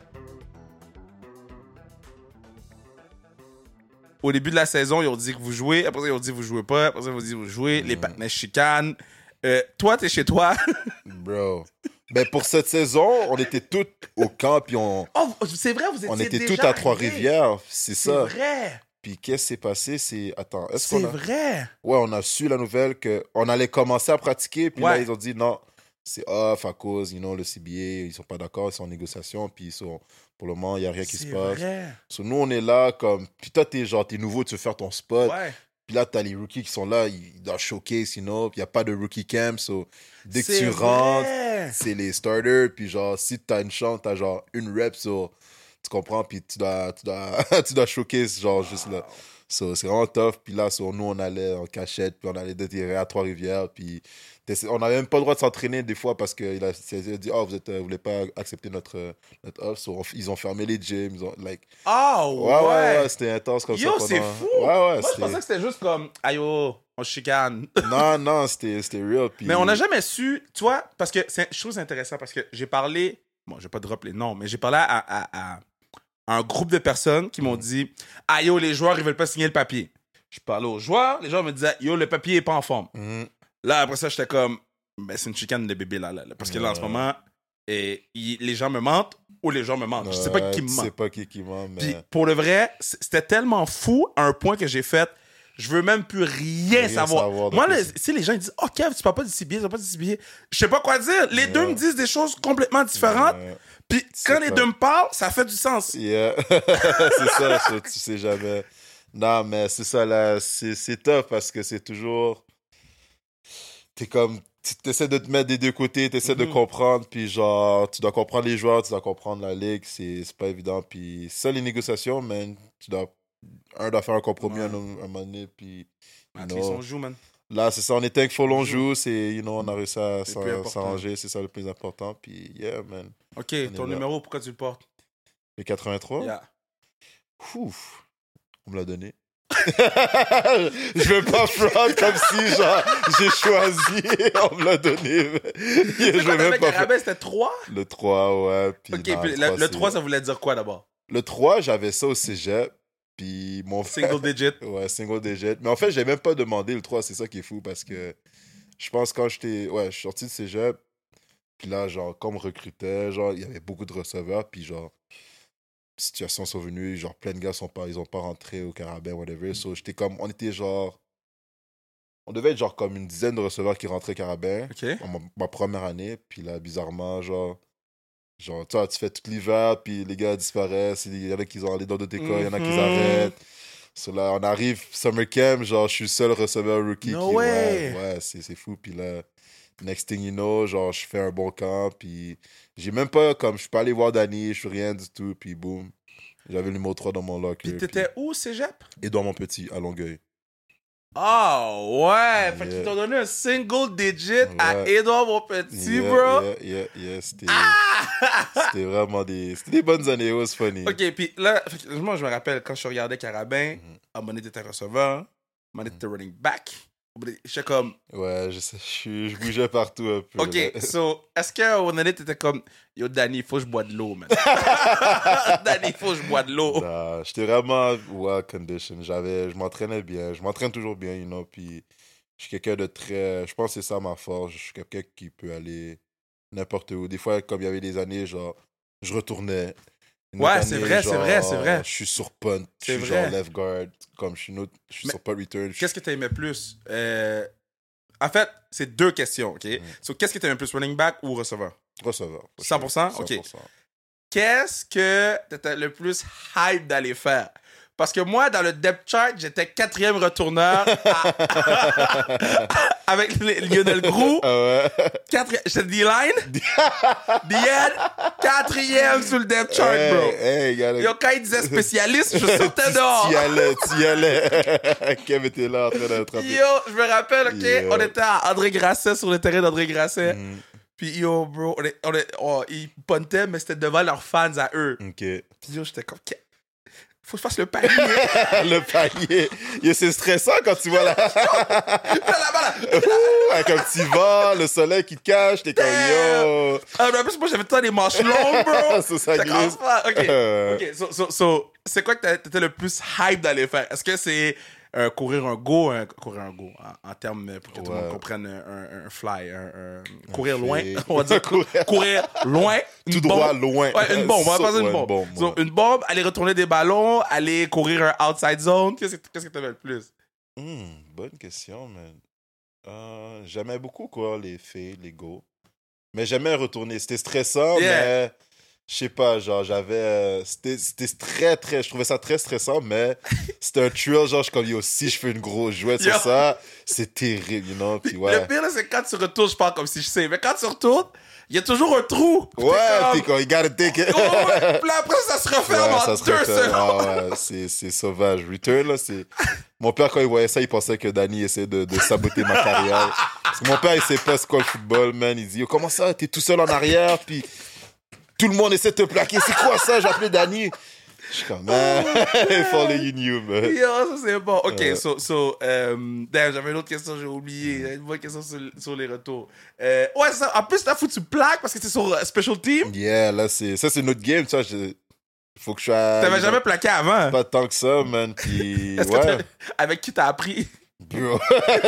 Au début de la saison, ils ont dit que vous jouez, après ça, ils ont dit que vous jouez pas, après ça, ils ont dit que vous jouez, les partenaires chicanent. Euh, toi, t'es chez toi. Bro. Ben, pour cette saison, on était tous au camp, puis on, Oh, c'est vrai, vous étiez on était déjà tous à arrivés. Trois-Rivières. C'est C'est ça. vrai. Puis qu'est-ce qui s'est passé? C'est... Attends, est-ce C'est qu'on a... vrai. Ouais, on a su la nouvelle qu'on allait commencer à pratiquer, puis là, Ouais. ils ont dit non, c'est off à cause, you know, le C B A, ils sont pas d'accord, ils sont en négociation, puis ils sont... pour le moment, il n'y a rien qui se C'est passe. vrai. So, nous, on est là, comme... Puis toi, t'es genre, t'es nouveau, tu veux faire ton spot. Ouais. Puis là, t'as les rookies qui sont là, ils doivent showcase, you know, puis il n'y a pas de rookie camp, so dès que C'est tu vrai. rentres, c'est les starters, puis genre, si t'as une chance, t'as genre une rep, so, tu comprends, puis tu dois, tu dois, tu dois showcase, genre, juste là. So, c'est vraiment tough, puis là, so, nous, on allait en cachette, puis on allait déterrer à Trois-Rivières, puis on n'avait même pas le droit de s'entraîner des fois parce qu'il a, il a dit, oh, vous ne voulez pas accepter notre, notre offre, so, on- ils ont fermé les gyms, ils ont, like, Oh, ouais, ouais, ouais, c'était intense comme Yo, ça. c'est pendant- fou. Ouais, ouais, Moi, je c'était- pensais que c'était juste comme, aïe, oh, on chicane. Non, non, c'était c'était real. Puis... Mais on n'a jamais su, tu vois, parce que c'est, je trouve c'est intéressant parce que j'ai parlé, bon, je vais pas drop les noms, mais j'ai parlé à, à, à un groupe de personnes qui m'ont dit, ah yo, les joueurs, ils veulent pas signer le papier. Je parlais aux joueurs, les joueurs me disaient, yo, le papier est pas en forme. Mhm. Là, après ça, j'étais comme, ben, c'est une chicane de bébé là, là, là. Parce que là, en ce Ouais. moment, et, il- les gens me mentent ou les gens me mentent. Je sais pas Ouais, qui me tu ment. sais pas qui qui ment, mais... Puis pour le vrai, c- c'était tellement fou à un point que j'ai fait, je veux même plus rien, Rien savoir. savoir de Moi, quoi là, c'est. tu sais, les gens ils disent, oh Kev, tu parles pas du C B A, tu parles pas du C B A. Je sais pas quoi dire. Les deux Ouais. me disent des choses complètement différentes. Ouais. Puis quand les deux me parlent, ça fait du sens. Yeah. C'est ça, ça, tu sais jamais. Non, mais c'est ça, là, c'est, c'est tough parce que c'est toujours... T'es comme... Tu essaies de te mettre des deux côtés, tu essaies mm-hmm. de comprendre, puis genre, tu dois comprendre les joueurs, tu dois comprendre la ligue, c'est, c'est pas évident. Puis ça, les négociations, man, tu dois... Un doit faire un compromis ouais. un, un moment donné, puis... At least on joue, man. Là, c'est ça, on est thankful, on joue, c'est, you know, on a réussi à s'arranger, c'est ça le plus important, puis yeah, man. OK, ton numéro, pourquoi tu le portes? Le quatre-vingt-trois? Yeah. Ouf, on me l'a donné. Je veux pas front comme si, genre, j'ai choisi, on me l'a donné. C'est je quoi, veux même pas Carabin, c'était trois? Le trois, ouais. Puis OK, non, puis le, le trois, ça voulait dire quoi d'abord? Le trois, j'avais ça au cégep. Puis mon frère... Single digit. Ouais, single digit. Mais en fait, j'ai même pas demandé le trois, c'est ça qui est fou parce que je pense quand j'étais. Ouais, je suis sorti de cégep. Puis là, genre, quand on me recrutait, genre, il y avait beaucoup de receveurs. Puis genre, situations sont venues, genre, plein de gars sont pas, ils ont pas rentré au Carabin, whatever. So, j'étais comme. On était genre. On devait être genre comme une dizaine de receveurs qui rentraient au Carabin. Okay. En ma, ma première année. Puis là, bizarrement, genre. Genre, tu vois, tu fais tout l'hiver, puis les gars disparaissent. Il y en a qui ont allé dans d'autres écoles, il y en a qui arrêtent. So là, on arrive, summer camp, genre, je suis le seul receveur rookie. No qui, way! Ouais, ouais c'est, c'est fou. Puis là, next thing you know, genre, je fais un bon camp, puis j'ai même pas, comme, je suis pas allé voir Danny, je suis rien du tout, puis boum. J'avais le numéro trois dans mon locker. Puis t'étais puis... où, cégep? Édouard Montpetit, à Longueuil. Ah oh, ouais! Yeah. Fait qu'ils t'ont donné un single digit ouais. à Édouard Montpetit, yeah, bro! Yeah, yeah, yeah. C'était, ah! C'était vraiment des... C'était des bonnes années, it was funny. OK, puis là, moi, je me rappelle, quand je regardais Carabin, mm-hmm. à un moment donné, t'étais receveur, à un moment donné, t'étais running back. J'étais comme... Ouais, je sais, je, je bougeais partout un peu. OK, là. So, est-ce qu'à un moment donné, t'étais comme... Yo, Danny, il faut que je bois de l'eau, man. Danny, il faut que je bois de l'eau. Nah, j'étais vraiment well condition. J'avais, je m'entraînais bien. Je m'entraîne toujours bien, you know. Puis je suis quelqu'un de très... Je pense que c'est ça ma force. Je suis quelqu'un qui peut aller n'importe où. Des fois, comme il y avait des années, genre, je retournais. Une ouais, année, c'est vrai, genre, c'est vrai, c'est vrai. Je suis sur punt. C'est je suis vrai. genre left guard. Comme je suis, autre, je suis Mais sur punt return. Qu'est-ce que tu aimais plus? Euh... En fait, c'est deux questions, OK? Mm. So, qu'est-ce que tu aimais plus, running back ou receveur? Receveur. cent pour cent? OK. Qu'est-ce que tu étais le plus hype d'aller faire? Parce que moi, dans le depth chart, j'étais quatrième retourneur à... avec Lionel Groux. Ah ouais. Quatrième... J'étais D-line. D-N. Quatrième sur le depth chart, hey, bro. Hey, gotta... Yo, quand il disait spécialiste, je sortais dehors. Tu y allais, tu y allais. Kev était là en train d'attraper. Yo, je me rappelle, OK? Yeah. On était à André Grasset, sur le terrain d'André Grasset. Mm. Puis yo, bro, on est, on est, oh, ils puntaient, mais c'était devant leurs fans à eux. OK. Puis yo, j'étais comme... Faut que je fasse le panier. Le panier. Yo, c'est stressant quand tu vois la... là-bas, avec un petit vent, le soleil qui te cache, t'es comme yo. Ah, mais en plus, moi, j'avais tout le temps des manches longues, bro. Ça, ça glisse. OK. OK. So, so, so, c'est quoi que t'étais le plus hype d'aller faire? Est-ce que c'est euh, courir un go, un, courir un go, en, en termes, pour que ouais. tout le monde comprenne, un, un, un fly, un, un, courir un loin, on va dire courir, courir loin. Tout droit, loin. Ouais, une bombe, on va so, passer une ouais, bombe. bombe So, ouais. Une bombe, aller retourner des ballons, aller courir un outside zone. Qu'est-ce que, qu'est-ce que t'aimais le plus? Mm, bonne question, man. Euh, j'aimais beaucoup, quoi, les filles, les go. Mais j'aimais retourner. C'était stressant, yeah. mais... Je sais pas, genre, j'avais... Euh, c'était, c'était très, très... Je trouvais ça très stressant, mais c'était un thrill, genre, je suis comme, yo, si je fais une grosse jouette sur ça, c'est terrible, you know, puis ouais. Le pire, là, c'est quand tu retournes, je parle comme si je sais, mais quand tu retournes, il y a toujours un trou. Ouais, t'es comme, you gotta take it. Oh, ouais, puis après, ça se referme ouais, en deux secondes. Ah ouais, c'est, c'est sauvage. Return, là, c'est... Mon père, quand il voyait ça, il pensait que Danny essayait de, de saboter ma carrière. Parce que mon père, il sait pas ce qu'est le football, man. Il dit, yo, comment ça, t'es tout seul en arrière, puis... Tout le monde essaie de te plaquer. C'est quoi ça? J'ai appelé Danny. Je suis comme, man, if only you knew, man. Yo, ça c'est bon. OK, euh... so, so um, damn, j'avais une autre question, j'ai oublié. Une bonne question sur, sur les retours. Euh, ouais, ça, en plus, là, faut que tu plaques parce que c'est sur uh, Special Team. Yeah, là, c'est, ça, c'est notre game, tu vois. Je... Faut que je sois... T'avais jamais plaqué avant? Pas tant que ça, man. Puis, ouais. Avec qui t'as appris? Bro.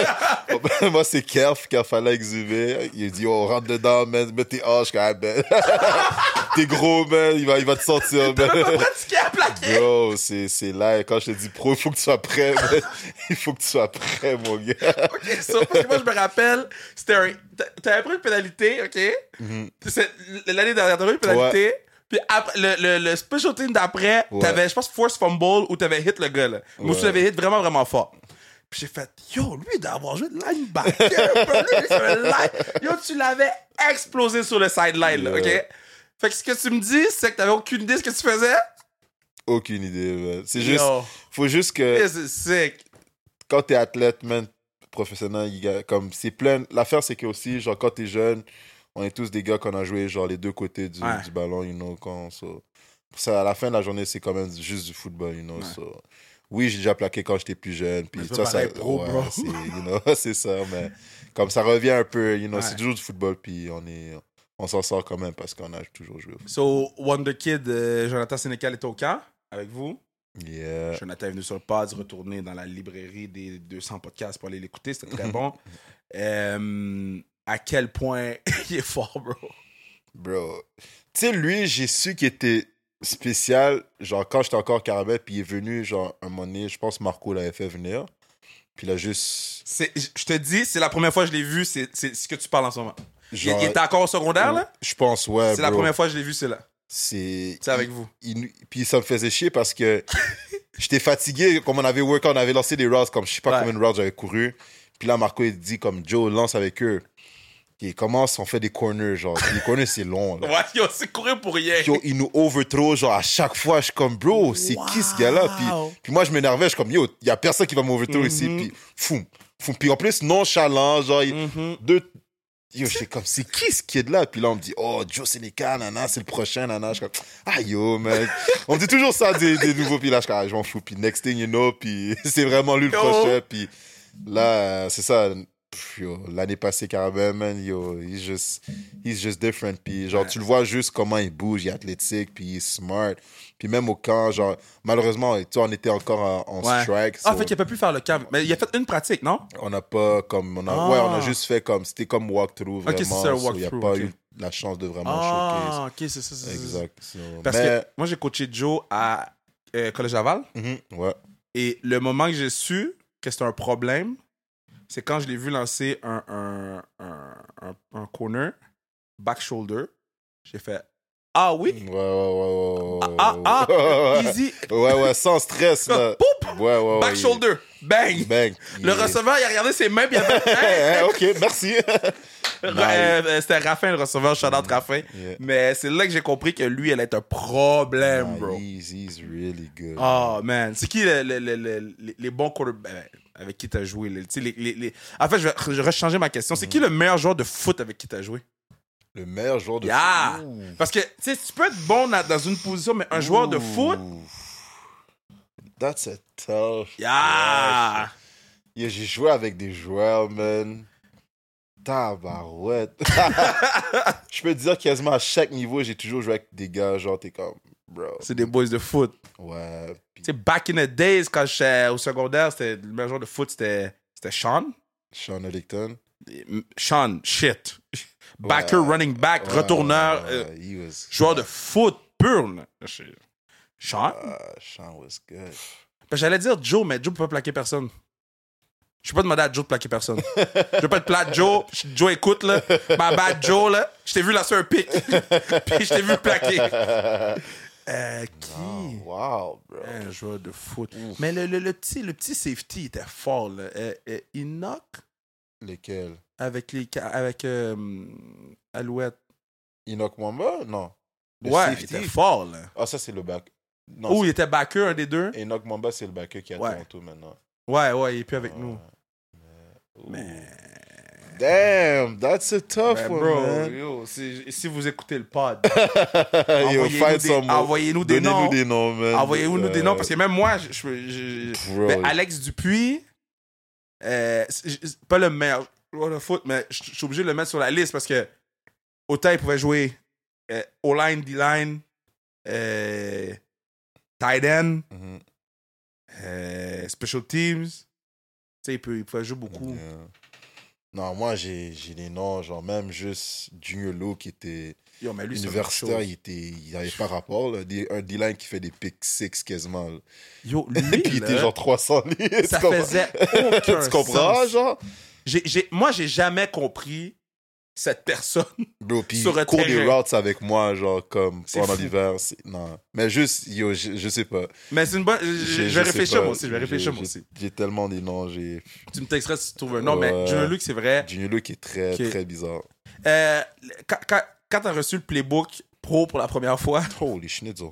Moi, c'est Kerf qui a fallu exhumer. Il a dit, oh, rentre dedans, man, mets tes hanches quand même. T'es gros, man, il va, il va te sortir, man. T'as pas pratiqué à plaquer. Bro, c'est, c'est là. Quand je te dis pro, il faut que tu sois prêt, man. Il faut que tu sois prêt, mon gars. OK, ça, parce que moi, je me rappelle, c'était un... T'avais pris une pénalité, OK? Mm-hmm. C'est... L'année dernière, t'avais pris une pénalité, ouais. Puis après, le, le, le special team d'après, Ouais. t'avais, je pense, force fumble ou t'avais hit le gars, là. Moi, tu Ouais. l'avais hit vraiment, vraiment fort. Puis j'ai fait, yo, lui, il doit avoir joué de linebacker, bro. Lui, c'est un line. Yo, tu l'avais explosé sur le sideline, là, OK? Ouais. Fait que ce que tu me dis, c'est que t'avais aucune idée de ce que tu faisais? Aucune idée, man. C'est juste... Yo, Faut juste que... this is sick. Quand t'es athlète, man, professionnel, il y a- comme c'est plein. L'affaire, c'est que aussi, genre, quand t'es jeune, on est tous des gars qu'on a joué, genre, les deux côtés du, Ouais. du ballon, you know, quand, so. Pour ça, à la fin de la journée, c'est quand même juste du football, you know, Ouais. so. Oui, j'ai déjà plaqué quand j'étais plus jeune, puis Mais c'est ça, pas ça, pareil pro, ouais, bro. c'est, you know, c'est ça, mais comme ça revient un peu, you know, Ouais. c'est toujours du football, puis on est, on s'en sort quand même parce qu'on a toujours joué au football. So, Wonder Kid, euh, Jonathan Sénécal est au camp avec vous. Yeah. Jonathan est venu sur le pod, retourner dans la librairie des deux cents podcasts pour aller l'écouter. C'était très bon. Euh, à quel point il est fort, bro. Bro. Tu sais, lui, j'ai su qu'il était spécial, genre, quand j'étais encore caramel, puis il est venu, genre, un moment donné, je pense que Marco l'avait fait venir. Puis il a juste. C'est- Je te dis, c'est la première fois que je l'ai vu, c'est c'est ce que tu parles en ce moment. Il, Genre, il était encore au secondaire, là? Je pense, ouais. C'est la bro. première fois que je l'ai vu, c'est là. C'est. C'est avec vous. il- il- puis ça me faisait chier parce que j'étais fatigué, comme on avait work, on avait lancé des routes, comme je sais pas Ouais. combien de routes j'avais couru. Puis là, Marco, il dit, comme Joe, lance avec eux. Puis il commence, on fait des corners, genre. Puis les corners, c'est long, là. Ouais, yo, c'est courir pour rien. Yo, il nous overthrow, genre, à chaque fois, je suis comme, bro, c'est qui ce gars-là? Puis, puis moi, je m'énervais, je suis comme, yo, il y a personne qui va m'overthrow ici. Mhm. Puis, foum, foum. Puis en plus, nonchalant, genre, il- Mhm. deux. Yo, j'étais comme, c'est qui ce kid-là? Puis là, on me dit, oh, Joe Sénécal, nana, c'est le prochain, nana. Je suis comme, ah, yo, man. On me dit toujours ça des, des nouveaux, puis là, je suis comme, ah, je m'en fous. Puis next thing you know, puis c'est vraiment lui le Yo. prochain. Puis là, euh, c'est ça. Pff, yo, l'année passée, Carabin, man, yo, he's just, he's just different. Puis genre, Ouais. tu le vois juste comment il bouge, il est athlétique, puis il est smart. Puis même au camp, genre, malheureusement, tu sais, on était encore en, en Ouais. strike. Ah, so fait qu'il a pas pu faire le camp. Mais il a fait une pratique, non? on n'a pas comme, on a, Ah. ouais, on a juste fait comme, c'était comme walkthrough, Ok, c'est vraiment. ça, un so, il n'y a walkthrough, pas ok. eu la chance de vraiment showcase. Ah, ok, c'est ça, c'est ça. Exact. So, Parce mais, que moi, j'ai coaché Joe à euh, Collège Laval. mhm, ouais. Et le moment que j'ai su que c'était un problème, c'est quand je l'ai vu lancer un, un, un, un, un corner, back shoulder. J'ai fait ah oui? Ouais, ouais, ouais, ouais. Ah, ah, ouais, ouais. easy. Ouais, ouais, sans stress, là. Poup! Ouais, ouais, ouais. Back il- shoulder. Bang! Bang. Le Il- receveur, il a regardé ses mains puis il a fait. Eh, ok, merci. Euh, euh, C'était Raffin, le receveur, shout-out Raffin. Yeah. Mais c'est là que j'ai compris que lui, elle est un problème, Nah, bro. he's, he's really good. Oh, man. C'est qui le- le- le- le- les, les bons quarterbacks avec qui t'as joué? Les, tu sais, les, les, les- En fait, je vais, je vais changer ma question. C'est qui le meilleur joueur de foot avec qui t'as joué? Le meilleur joueur de Yeah! foot. Ouh. Parce que, tu sais, tu peux être bon dans, dans une position, mais un joueur de foot, Ouh. That's a tough. yeah! Yeah, j'ai joué avec des joueurs, man. Tabarouette. Je peux te dire quasiment à chaque niveau, j'ai toujours joué avec des gars, genre, t'es comme, bro. C'est des boys de foot. Ouais. Puis Tu sais, back in the days, quand j'étais au secondaire, c'était, le meilleur joueur de foot, c'était, c'était Sean. Sean Ellington. Sean, shit. Backer, Ouais. running back, Ouais, retourneur, ouais, euh, he was, joueur de foot pur. là. Je- Sean? uh, Sean was good. Ben, j'allais dire Joe, mais Joe peut pas plaquer personne. Je vais pas demander à Joe de plaquer personne. Je vais pas te plaquer Joe. Joe, écoute, là. Ma bad Joe, là. Je t'ai vu lancer un pic. Puis je t'ai vu plaquer. Euh, qui? Oh, wow, bro. Un joueur de foot. Mais le, le, le petit, le petit safety était fort, là. Euh, euh, Enoch, Lesquels? avec les ca- avec euh, Alouette. Enoch Mwamba? Non. Le Ouais, safety? il était fort, là. Ah, ça, c'est le back. Non, Oh, il était backer, un des deux. c'est- Enoch Mwamba, c'est le backer qui est à Ouais. Toronto maintenant. Ouais, ouais, il est plus avec nous. Ouh. Mais... Damn, that's a tough Ben, one, bro, man. yo, si, si vous écoutez le pod, Yo, envoyez-nous find des, some more. envoyez-nous des Donnez-nous noms. des noms, man. Envoyez-nous des Euh, noms, parce que même moi, je, je- je- Bro. ben, Alex Dupuis, euh, c'est- c'est pas le meilleur joueur de foot, mais je je suis obligé de le mettre sur la liste parce que autant il pouvait jouer euh, O-line, D-line, euh, tight end, mhm, euh, special teams. Tu sais, il, peut- il pouvait jouer beaucoup. yeah. Non, moi, j'ai j'ai des noms, genre même juste Junior Lowe qui était Yo, mais lui, c'est universitaire, autre il chose. était, il avait pas rapport, là. Des- un D-line qui fait des pick six quasiment. là. Yo, lui, Puis il là, était genre trois cents livres. ça tu comprends? faisait aucun Tu comprends, sens. genre? J'ai, j'ai, moi, j'ai jamais compris cette personne Bro, puis sur un cours des terrain. routes avec moi, genre, comme C'est pendant fou. l'hiver. C'est... Non. Mais juste, yo, je, je sais pas. Mais c'est une bonne... Je, J'ai- je vais sais réfléchir pas. moi aussi, je vais réfléchir J'ai- moi j'ai- aussi. J'ai tellement des noms, j'ai... Tu me texteras si tu trouves un nom, mais Ouais. Junior Luke, c'est vrai. Junior Luke est très, Ok. très bizarre. Euh, quand quand, quand t'as reçu le playbook pro pour la première fois, Holy schnitzel.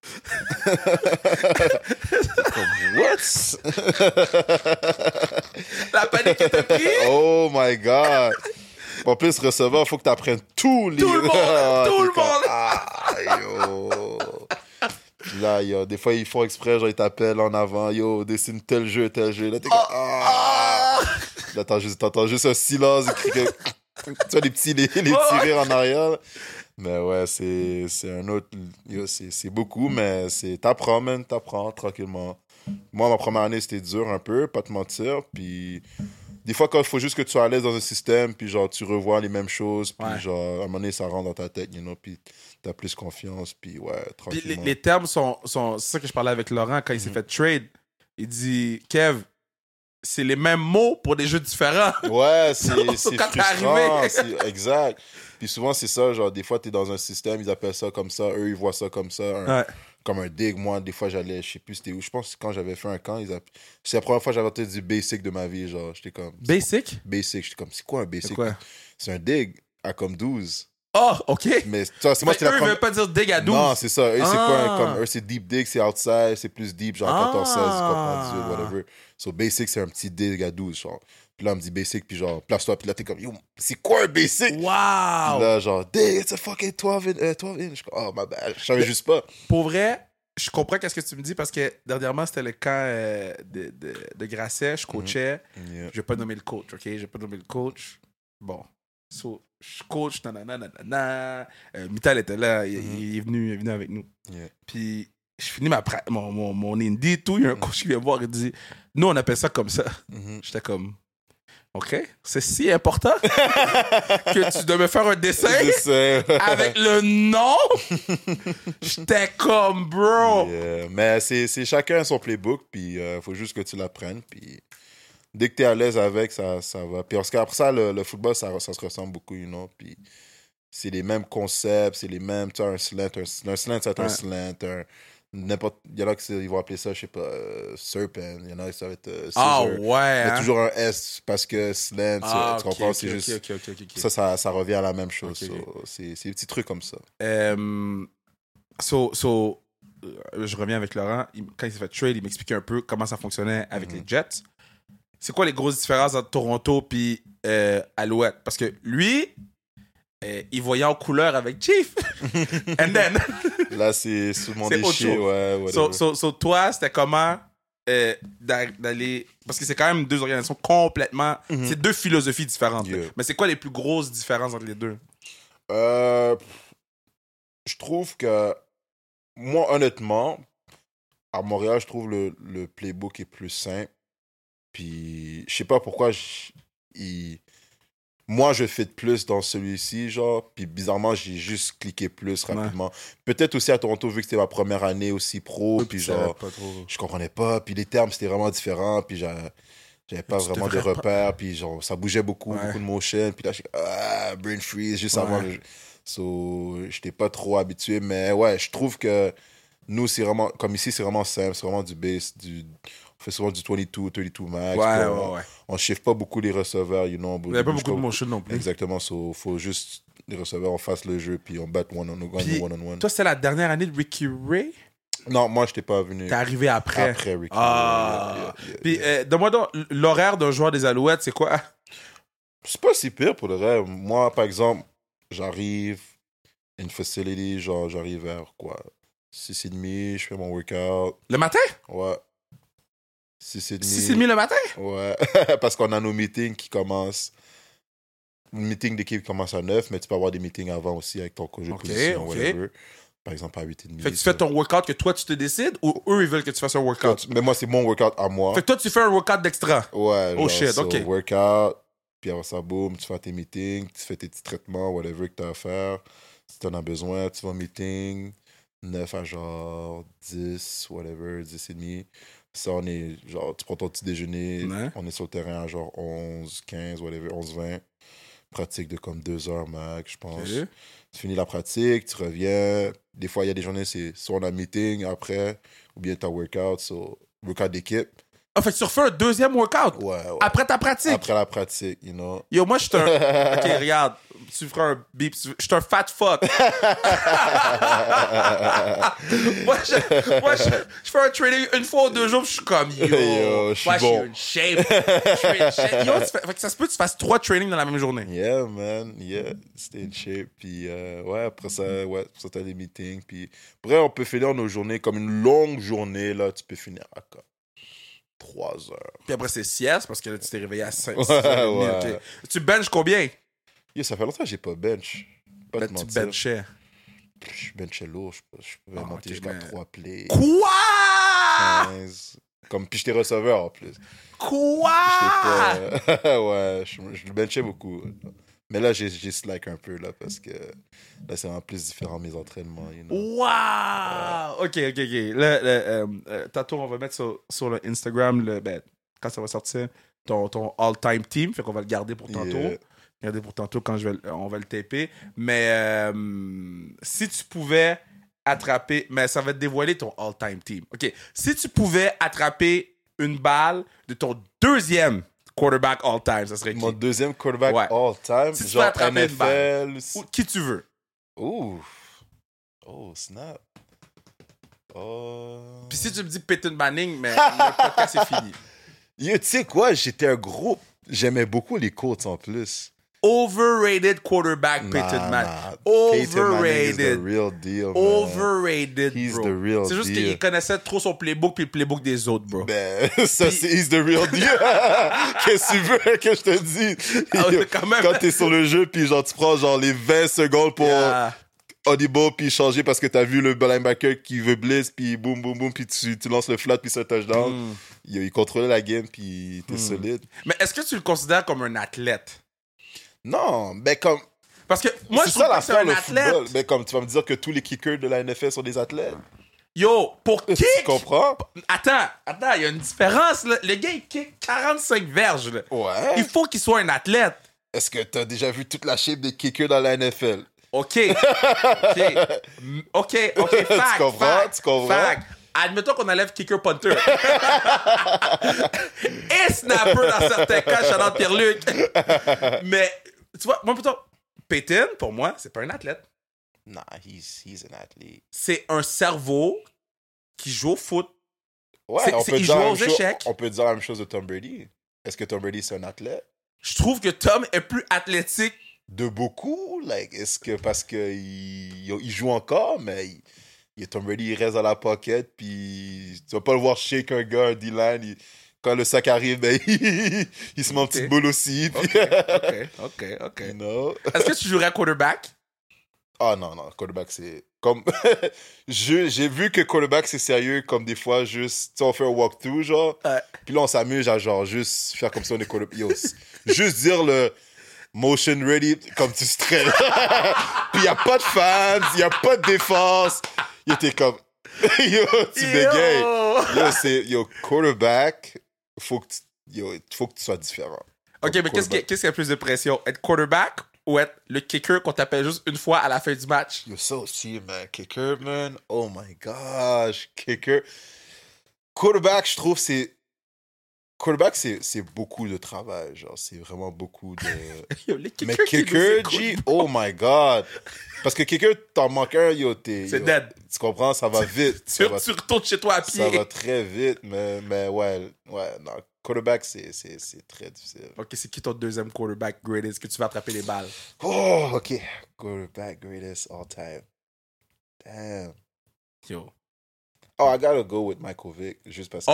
Comme, what? la panique était prise. Oh my god. En plus, receveur, faut que tu apprennes tous les... Tout le monde, Ah, tout t'es le comme, monde. Ah, yo. Puis là, yo, des fois, ils font exprès, genre, ils t'appellent en avant. Yo, dessine tel jeu, tel jeu. Là, t'es comme... Ah. Là, t'entends juste, t'entends juste un silence. Tu vois, les petits, les, les petits rires en arrière. Mais ouais, c'est, c'est un autre... Yo, c'est, c'est beaucoup, mais c'est... T'apprends, man, t'apprends tranquillement. Moi, ma première année, c'était dur un peu, pas te mentir. Puis... Des fois, quand il faut juste que tu sois à l'aise dans un système, puis genre, tu revois les mêmes choses, puis Ouais. genre, à un moment donné, ça rentre dans ta tête, you know, puis t'as plus confiance, puis ouais, Puis tranquillement. les, les termes sont, sont... C'est ça que je parlais avec Laurent quand il s'est fait trade. Il dit, Kev, c'est les mêmes mots pour des jeux différents. Ouais, c'est, Quand c'est t'es frustrant, arrivé. c'est exact. Puis souvent, c'est ça, genre, des fois, t'es dans un système, ils appellent ça comme ça, eux, ils voient ça comme ça, un- Ouais. comme un dig. Moi, des fois, j'allais, je sais plus c'était où, je pense que quand j'avais fait un camp, ils app... c'est la première fois que j'avais entendu du basic de ma vie, genre, j'étais comme... Basic? Basic, j'étais comme, c'est quoi un basic? C'est quoi? C'est un dig à comme douze. Oh, OK. Mais ça, c'est moi, Mais c'était eux, la ils première... veulent pas dire dig à douze. Non, c'est ça. Eux, c'est Ah. quoi? Comme, eux, c'est deep dig, c'est outside, c'est plus deep, genre Ah. quatorze, seize, tu comprends, dix-huit, whatever. So, basic, c'est un petit dig à douze, genre. Puis là, on me dit basic, puis genre, place-toi, puis là, t'es comme, yo, c'est quoi un basic? Puis Wow! là, genre, dig, it's a fucking twelve in, uh, twelve in. Je suis comme, oh, my bad. Je savais juste pas. Pour vrai, je comprends qu'est-ce que tu me dis parce que dernièrement, c'était le camp euh, de, de, de Grasset. Je coachais. Yeah. Je vais pas nommer le coach, OK? Je vais pas nommer le coach. Bon. So, je coach, nanana, nanana. Euh, Mittal était là. Il, Mhm. il est venu, il est venu avec nous. Yeah. Puis, je finis ma pra- mon, mon, mon indie et tout. Il y a un coach qui vient voir et dit, nous, on appelle ça comme ça. Mhm. J'étais comme, OK, c'est si important que tu dois me faire un dessin Je sais. avec le nom. J'étais comme, bro. Yeah. Mais c'est, c'est chacun son playbook, puis il faut juste que tu l'apprennes, puis dès que t'es à l'aise avec, ça, ça va. Puis parce qu'après ça, le, le football, ça, ça se ressemble beaucoup, you know, puis c'est les mêmes concepts, c'est les mêmes, tu as un slant, un, un slant, ça va être Ouais. un slant, un, n'importe, il y en a qui ils vont appeler ça, je sais pas, euh, serpent, il y en a qui ça va être euh, Ah scissor. ouais. Il y a hein? toujours un S parce que slant, Ah, tu ok, comprends, ok, c'est ok, juste, ok, ok, ok, ok. ça, ça, ça revient à la même chose, Ok, so, ok. c'est, c'est des petits trucs comme ça. Euh, so, so, euh, je reviens avec Laurent. Il- quand il s'est fait trade, il m'expliquait un peu comment ça fonctionnait avec Mhm. les Jets. C'est quoi les grosses différences entre Toronto et euh, Alouette? Parce que lui, euh, il voyait en couleur avec Chief. And then, Là, c'est sous mon C'est autre déchet, chose. ouais, whatever. so, so, so, toi, c'était comment euh, d'a- d'aller... Parce que c'est quand même deux organisations complètement... Mhm. C'est deux philosophies différentes. là. Yeah. Mais c'est quoi les plus grosses différences entre les deux? Euh, je trouve que, moi, honnêtement, à Montréal, je trouve le, le playbook est plus simple. Puis, je sais pas pourquoi, je- il- moi, je fais de plus dans celui-ci, genre. Puis, bizarrement, j'ai juste cliqué plus rapidement. Peut-être aussi à Toronto, vu que c'était ma première année aussi pro. puis, genre, pas trop... je comprenais pas. Puis, les termes, c'était vraiment différent. Puis, j'a- j'avais pas Tu vraiment de devrais pas- repères. Puis, genre, ça bougeait beaucoup, Ouais. beaucoup de motion. Puis là, je ah, brain freeze, juste Ouais. avant le jeu. So, j'étais pas trop habitué. Mais ouais, je trouve que nous, c'est vraiment, comme ici, c'est vraiment simple. C'est vraiment du base. Du, on fait souvent du vingt-deux, trente-deux max. Ouais, puis ouais, on, ouais. on chiffre pas beaucoup les receveurs, you know. Il n'y a pas beaucoup de motion non plus. Exactement. So, faut juste les receveurs, on fasse le jeu. Puis on bat one on one. Puis, one, on one. Toi, c'est la dernière année de Ricky Ray? Non, moi, j'étais pas venu. T'es arrivé après. Après Ricky. Ah. Yeah, yeah, yeah, Puis, yeah. euh, donne-moi donc, l'horaire d'un joueur des Alouettes, c'est quoi? C'est pas si pire pour le reste. Moi, par exemple, j'arrive à une facility, genre, j'arrive vers quoi? six et demi, je fais mon workout. Le matin? Ouais. six et demi. six et demi le matin? Ouais. Parce qu'on a nos meetings qui commencent. Le meeting d'équipe commence à neuf, mais tu peux avoir des meetings avant aussi avec ton coach de Ok, position, ok. whatever. Par exemple, à huit et demi. Fait que tu fais ton workout que toi, tu te décides ou eux, ils veulent que tu fasses un workout? Mais moi, c'est mon workout à moi. Fait que toi, tu fais un workout d'extra. Ouais. Oh genre, shit, so, ok. Workout, puis après ça, boum, tu fais tes meetings, tu fais tes petits traitements, whatever que tu as à faire. Si tu en as besoin, tu vas au meeting, neuf à genre dix, whatever, dix et demi. Ça, on est, genre, tu prends ton petit déjeuner, Ouais. on est sur le terrain à genre onze, quinze, whatever, onze, vingt. pratique de comme deux heures max, je pense. Okay. Tu finis la pratique, tu reviens. Des fois, il y a des journées, c'est soit on a un meeting après, ou bien tu as workout, so, workout d'équipe. Ah, fait que tu refais un deuxième workout Ouais, ouais. après ta pratique. Après la pratique, you know. Yo, moi, je suis un... OK, regarde. Tu feras un bip. Je suis un fat fuck. moi, je, moi je, je fais un training une fois ou deux jours, je suis comme, yo, yo je suis moi, bon. je suis une shape. Je suis une shape. Yo, tu fais, fait que ça se peut que tu fasses trois trainings dans la même journée. Yeah, man. Yeah. Stay in shape. Puis, euh, ouais, après ça, ouais, ça, t'as des meetings. Puis, après, on peut finir nos journées comme une longue journée, là. Tu peux finir à quoi? Trois heures. Puis après, c'est sieste parce que là, tu t'es réveillé à cinq, Ouais, six heures ouais. trente. Okay. Tu benches combien? Yo, ça fait longtemps que j'ai pas bench. Pas Ben, te tu mentir. benchais. Je benchais lourd. Je, je pouvais Ah, monter ok, jusqu'à man. trois plays. Quoi? quinze. Comme, puis j'étais receveur en plus. Quoi? J'étais pas... ouais, je, je benchais beaucoup. Mais là, j'ai, j'ai slack un peu, là, parce que là, c'est vraiment plus différent mes entraînements, you know. Wow! OK, OK, OK. Le, le, euh, euh, tantôt, on va mettre sur, sur le Instagram, le, ben, quand ça va sortir, ton, ton all-time team. Fait qu'on va le garder pour tantôt. Yeah. Garder pour tantôt quand je vais, le- on va le taper. Mais euh, si tu pouvais attraper... Mais ça va te dévoiler ton all-time team. OK. Si tu pouvais attraper une balle de ton deuxième quarterback all-time, ça serait qui? Mon deuxième quarterback Ouais. all-time, Si tu veux genre attraper une N F balle. L. Ou qui tu veux. Ouh. Oh, snap. Oh. Puis si tu me dis Peyton Manning, mais le podcast est fini. Yo, tu sais quoi, j'étais un gros... J'aimais beaucoup les Colts en plus. Overrated quarterback, Peyton Nah, Manning. nah. Peyton Manning is the Overrated. real deal, man. Overrated, He's bro. the real C'est juste deal. qu'il connaissait trop son playbook puis le playbook des autres, bro. Ben, ça, Puis- c'est he's the real deal. Qu'est-ce que tu veux que je te dise? Ah ouais, Yo, quand même. Quand t'es sur le jeu, puis genre, tu prends genre les vingt secondes pour Yeah. audible, puis changer parce que t'as vu le linebacker qui veut blitz, puis boum, boum, boum, puis tu, tu lances le flat, puis c'est un touchdown. Mm. Yo, il contrôlait la game, puis t'es Mm. solide. Mais est-ce que tu le considères comme un athlète? Non, ben comme... Parce que moi, je c'est trouve ça pas que c'est l'affaire, un le athlète. football. Ben comme tu vas me dire que tous les kickers de la N F L sont des athlètes. Yo, pour Tu kick... comprends? Attends, attends, il y a une différence, là. Le gars, il kick quarante-cinq verges, là. Ouais. Il faut qu'il soit un athlète. Est-ce que t'as déjà vu toute la shape des kickers dans la N F L? OK. OK. Mm, OK, OK, Tu fact, comprends? fact, Tu comprends? fact. Admettons qu'on enlève kicker-punter. Et snapper dans certains cas, Charlotte Pierre-Luc. Mais, tu vois, moi, plutôt, Peyton, pour moi, c'est pas un athlète. Nah, he's, he's an athlete. C'est un cerveau qui joue au foot. Ouais, C'est- on c'est- peut, il dire joue la aux même chose- échecs. on peut dire la même chose de Tom Brady. Est-ce que Tom Brady, c'est un athlète? Je trouve que Tom est plus athlétique. De beaucoup? Like, est-ce que parce qu'il il, il joue encore, mais il, il- Tom Brady, il reste dans la pocket, puis tu vas pas le voir shake un gars, un D-line. il- Quand le sac arrive, ben, il, il se met en petite Ok. boule aussi. Puis, OK, OK, OK. you know? Est-ce que tu jouerais quarterback? Ah non, non, quarterback, c'est... Comme... Je- J'ai vu que quarterback, c'est sérieux, comme des fois, juste... Tu sais, on fait un walkthrough, genre. Ouais. Puis là, on s'amuse à, genre, juste faire comme si on est quarterback. Yo, c'est- juste dire le motion ready, comme tu stresses. Puis il a pas de fans, il y a pas de défense. Il était comme... Yo, tu bégayes. Yo, c'est... Yo, quarterback, faut que tu... Yo, faut que tu sois différent. OK, mais qu'est-ce qui, qu'est-ce qui a plus de pression? Être quarterback ou être le kicker qu'on t'appelle juste une fois à la fin du match? Yo, ça aussi, man. Kicker, man. Oh my gosh. Kicker. Quarterback, je trouve, c'est... Quarterback, c'est, c'est beaucoup de travail. Genre, c'est vraiment beaucoup de... Yo, les Mais kickers qui nous kicker, écoutent, G, oh my God. Parce que kicker, t'en manques un, yo, t'es... c'est yo, dead. Tu comprends? Ça va vite. Tu, Ça va, tu retournes chez toi à pied. ça va très vite, mais, mais ouais, ouais, non. Quarterback, c'est, c'est, c'est très difficile. OK, c'est qui ton deuxième quarterback greatest que tu vas attraper les balles? Oh, OK. Quarterback greatest all time. Damn. Yo. Oh, I gotta go with Michael Vick, juste parce que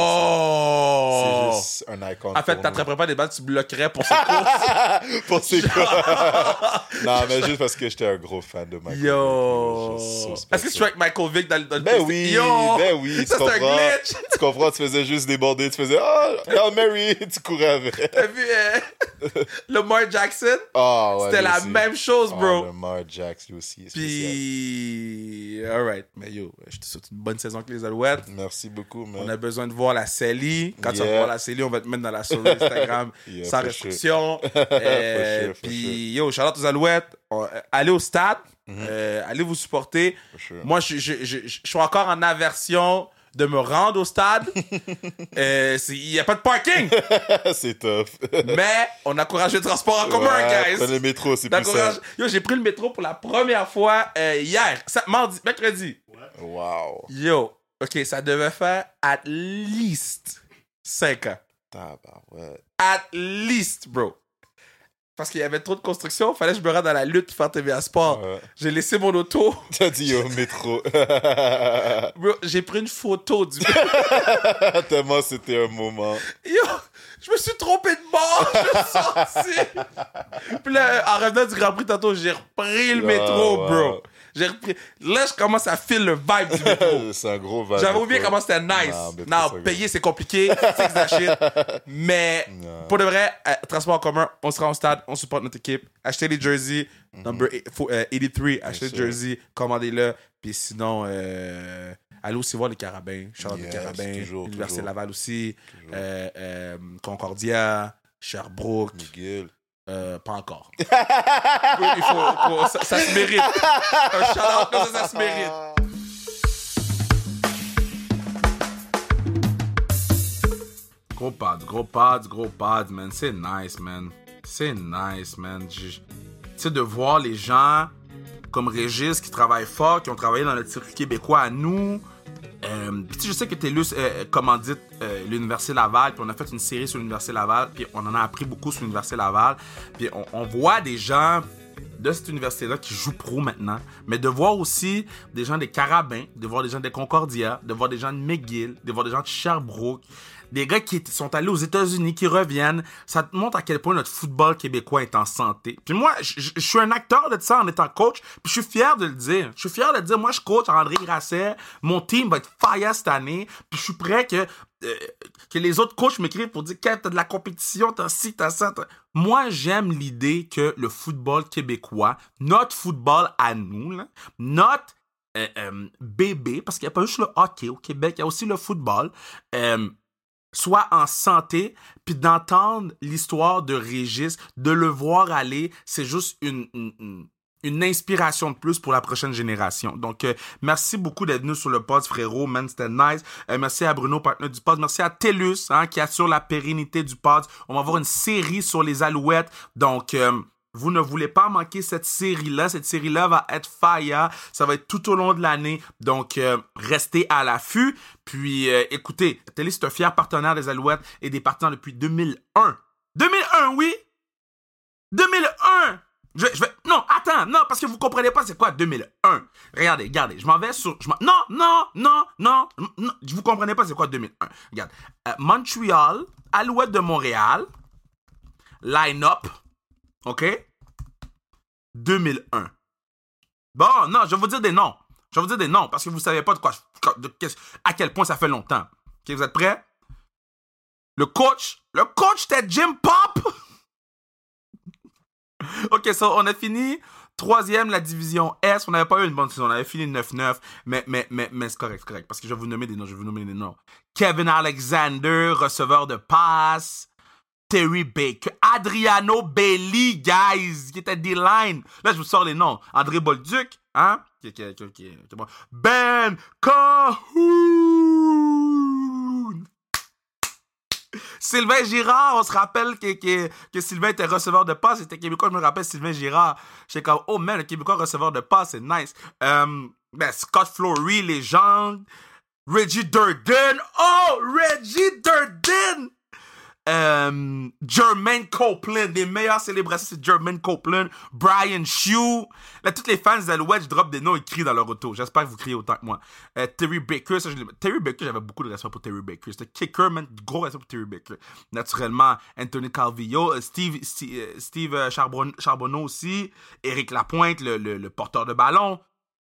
Oh! c'est, c'est juste un icon. En fait, pour t'attraperais pas des balles, tu bloquerais pour ses courses. nous. Pour ses quoi? Non, mais juste parce que j'étais un gros fan de Michael Yo! Vick. Juste so Est-ce que tu special. joues avec Michael Vick dans, le- dans le Ben P C? oui, Yo! ben oui, tu Ça, c'est un comprends. glitch! Tu comprends, tu faisais juste déborder, tu faisais « Oh, Hail Mary », tu courais avec. T'as vu, hein? Lamar Jackson, oh, ouais, c'était la aussi. même chose, bro. Oh, Lamar Jackson aussi. Puis, alright. Mais yo, je te souhaite une bonne saison avec les Alouettes. Merci beaucoup, man. On a besoin de voir la C L I. Quand Yeah. tu vas voir la C L I, on va te mettre dans la story Instagram Yeah, sans for restriction. sure. Euh, For sure, for Puis, yo, shout out aux Alouettes. On- euh, allez au stade. Mm-hmm. euh, allez vous supporter. For sure. Moi, je, je, je, je, je suis encore en aversion de me rendre au stade. euh, Il n'y a pas de parking. C'est tough. Mais on encourage le transport en commun, Ouais, guys. prenez le métro, c'est On plus encourage- simple. Yo, j'ai pris le métro pour la première fois euh, hier. Ça, mardi, mercredi. Wow. Yo, OK, ça devait faire at least cinq ans. Tabarouette. At least, bro. Parce qu'il y avait trop de construction, fallait que je me rende dans la lutte pour faire T V A Sport. Ouais. J'ai laissé mon auto. T'as dit au métro. Bro, j'ai pris une photo du... Tellement c'était un moment. Yo, je me suis trompé de bord. Je suis sorti. Puis là, en revenant du Grand Prix tantôt, j'ai repris le Oh, métro, wow. bro. J'ai repris... Là, je commence à filer le vibe du métro. C'est un gros vibe. J'avais oublié métro. comment c'était nice. Non, métro, Non, c'est payer, c'est compliqué. Fix that shit. Mais, Non. pour de vrai, euh, transport en commun, on se rend au stade, on supporte notre équipe. Achetez les jerseys, number eight- fo- euh, eighty-three, achetez les sûr. jerseys, commandez-le. Puis sinon, euh, allez aussi voir les Carabins. Charles Yes, les Carabins, toujours, l'Université toujours. Laval aussi, Toujours. euh, euh, Concordia, Sherbrooke. Miguel. Euh, pas encore. Oui, il faut, faut- ça, ça se mérite. Un shout-out comme ça, ça se mérite. Gros pads, gros pads, gros pads, man. C'est nice, man. C'est nice, man. Je- Tu sais, de voir les gens comme Régis qui travaillent fort, qui ont travaillé dans le circuit québécois à nous. Euh, puis tu sais, je sais que TELUS euh, commandite euh, l'Université Laval, puis on a fait une série sur l'Université Laval, puis on en a appris beaucoup sur l'Université Laval. Puis on, on voit des gens de cette université-là qui jouent pro maintenant, mais de voir aussi des gens des Carabins, de voir des gens des Concordia, de voir des gens de McGill, de voir des gens de Sherbrooke, des gars qui sont allés aux États-Unis, qui reviennent, ça te montre à quel point notre football québécois est en santé. Puis moi, je je- je suis un acteur de ça en étant coach, puis je suis fier de le dire. Je suis fier de le dire, moi je coach André Grasset, mon team va être fire cette année, puis je suis prêt que euh, que les autres coachs m'écrivent pour dire Kev, t'as de la compétition, t'as ci, t'as ça. T'as... Moi, j'aime l'idée que le football québécois, notre football à nous, là, notre euh, euh, bébé, parce qu'il n'y a pas juste le hockey au Québec, il y a aussi le football, euh, soit en santé, puis d'entendre l'histoire de Régis, de le voir aller, c'est juste une, une, une, une inspiration de plus pour la prochaine génération. Donc, euh, merci beaucoup d'être venu sur le pod, frérot, man, c'était nice. Euh, merci à Bruno, partenaire du pod. Merci à TELUS, hein, qui assure la pérennité du pod. On va avoir une série sur les Alouettes, donc... Euh, vous ne voulez pas manquer cette série-là. Cette série-là va être fire. Ça va être tout au long de l'année. Donc, euh, restez à l'affût. Puis, euh, écoutez, Télé, c'est un fier partenaire des Alouettes et des partenaires depuis deux mille un. deux mille un, oui! deux mille un! Je, je vais... Non, attends, non, parce que vous comprenez pas c'est quoi deux mille un. Regardez, regardez, je m'en vais sur... Je m'en... Non, non, non, non, non, vous comprenez pas c'est quoi deux mille un. Regarde, euh, Montréal, Alouettes de Montréal, line-up, OK? deux mille un. Bon, non, je vais vous dire des noms. Je vais vous dire des noms parce que vous savez pas de quoi, de, de, à quel point ça fait longtemps. OK, vous êtes prêts? Le coach, le coach c'était Jim Pop. OK, so on a fini troisième la division S. On n'avait pas eu une bonne saison. On avait fini neuf neuf. Mais, mais, mais, mais c'est correct, c'est correct. Parce que je vais vous nommer des noms. Je vais vous nommer des noms. Kevin Alexander, receveur de passe. Terry Baker, Adriano Bailey, guys, qui était D-line. Là, je vous sors les noms. André Bolduc, hein? Qui, qui, qui, qui, qui, Ben Cahoon. Sylvain Girard, on se rappelle que, que, que Sylvain était receveur de passe. C'était Québécois, je me rappelle Sylvain Girard. J'étais comme, oh man, le Québécois receveur de passe, c'est nice. Um, ben, Scott Flory, légende. Reggie Durden. Oh, Reggie Durden! Um, Jermaine Copeland, les meilleures célébrations, c'est Jermaine Copeland, Brian Shue. Là, toutes les fans des Alouettes, je drop des noms écrits dans leur auto. J'espère que vous criez autant que moi. Euh, Terry Baker, ça, je Terry Baker, j'avais beaucoup de respect pour Terry Baker. C'était kicker, man, gros respect pour Terry Baker. Naturellement, Anthony Calvillo, euh, Steve, Steve, euh, Steve euh, Charbon, Charbonneau aussi, Éric Lapointe, le, le, le porteur de ballon.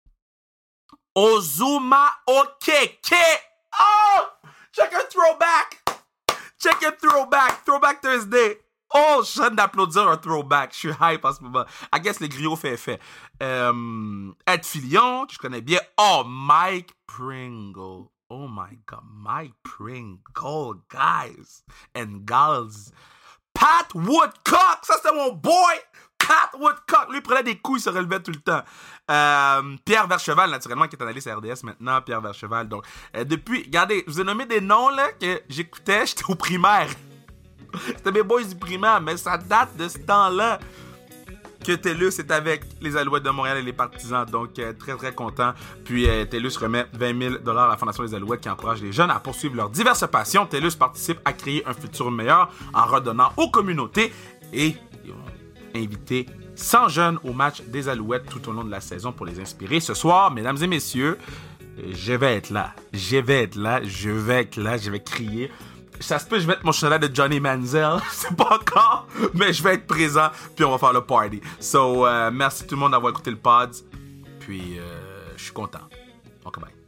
Ozuma Okeke. Oh! Check un throwback! Check it throwback, throwback Thursday. Oh, je suis en train d'applaudir un throwback. Je suis hype en ce moment. I guess le griot fait effet. Euh, Ed Filion, que je connais bien. Oh, Mike Pringle. Oh my God, Mike Pringle, guys and gals. Pat Woodcock, ça c'était mon boy. Pat Woodcock, lui, il prenait des coups, il se relevait tout le temps. Euh, Pierre Vercheval, naturellement, qui est analyste à R D S maintenant. Pierre Vercheval. Donc, euh, depuis, regardez, je vous ai nommé des noms là que j'écoutais, j'étais au primaire. C'était mes boys du primaire, mais ça date de ce temps-là que TELUS est avec les Alouettes de Montréal et les Partisans. Donc, euh, très, très content. Puis, euh, TELUS remet vingt mille dollars à la Fondation des Alouettes qui encourage les jeunes à poursuivre leurs diverses passions. TELUS participe à créer un futur meilleur en redonnant aux communautés et ils vont inviter cent jeunes au match des Alouettes tout au long de la saison pour les inspirer. Ce soir, mesdames et messieurs, je vais être là. Je vais être là. Je vais être là. Je vais crier. Ça se peut, je vais mettre mon chandail de Johnny Manziel. C'est pas encore, mais je vais être présent. Puis on va faire le party. So, euh, merci tout le monde d'avoir écouté le pod. Puis, euh, je suis content. Ok, bye.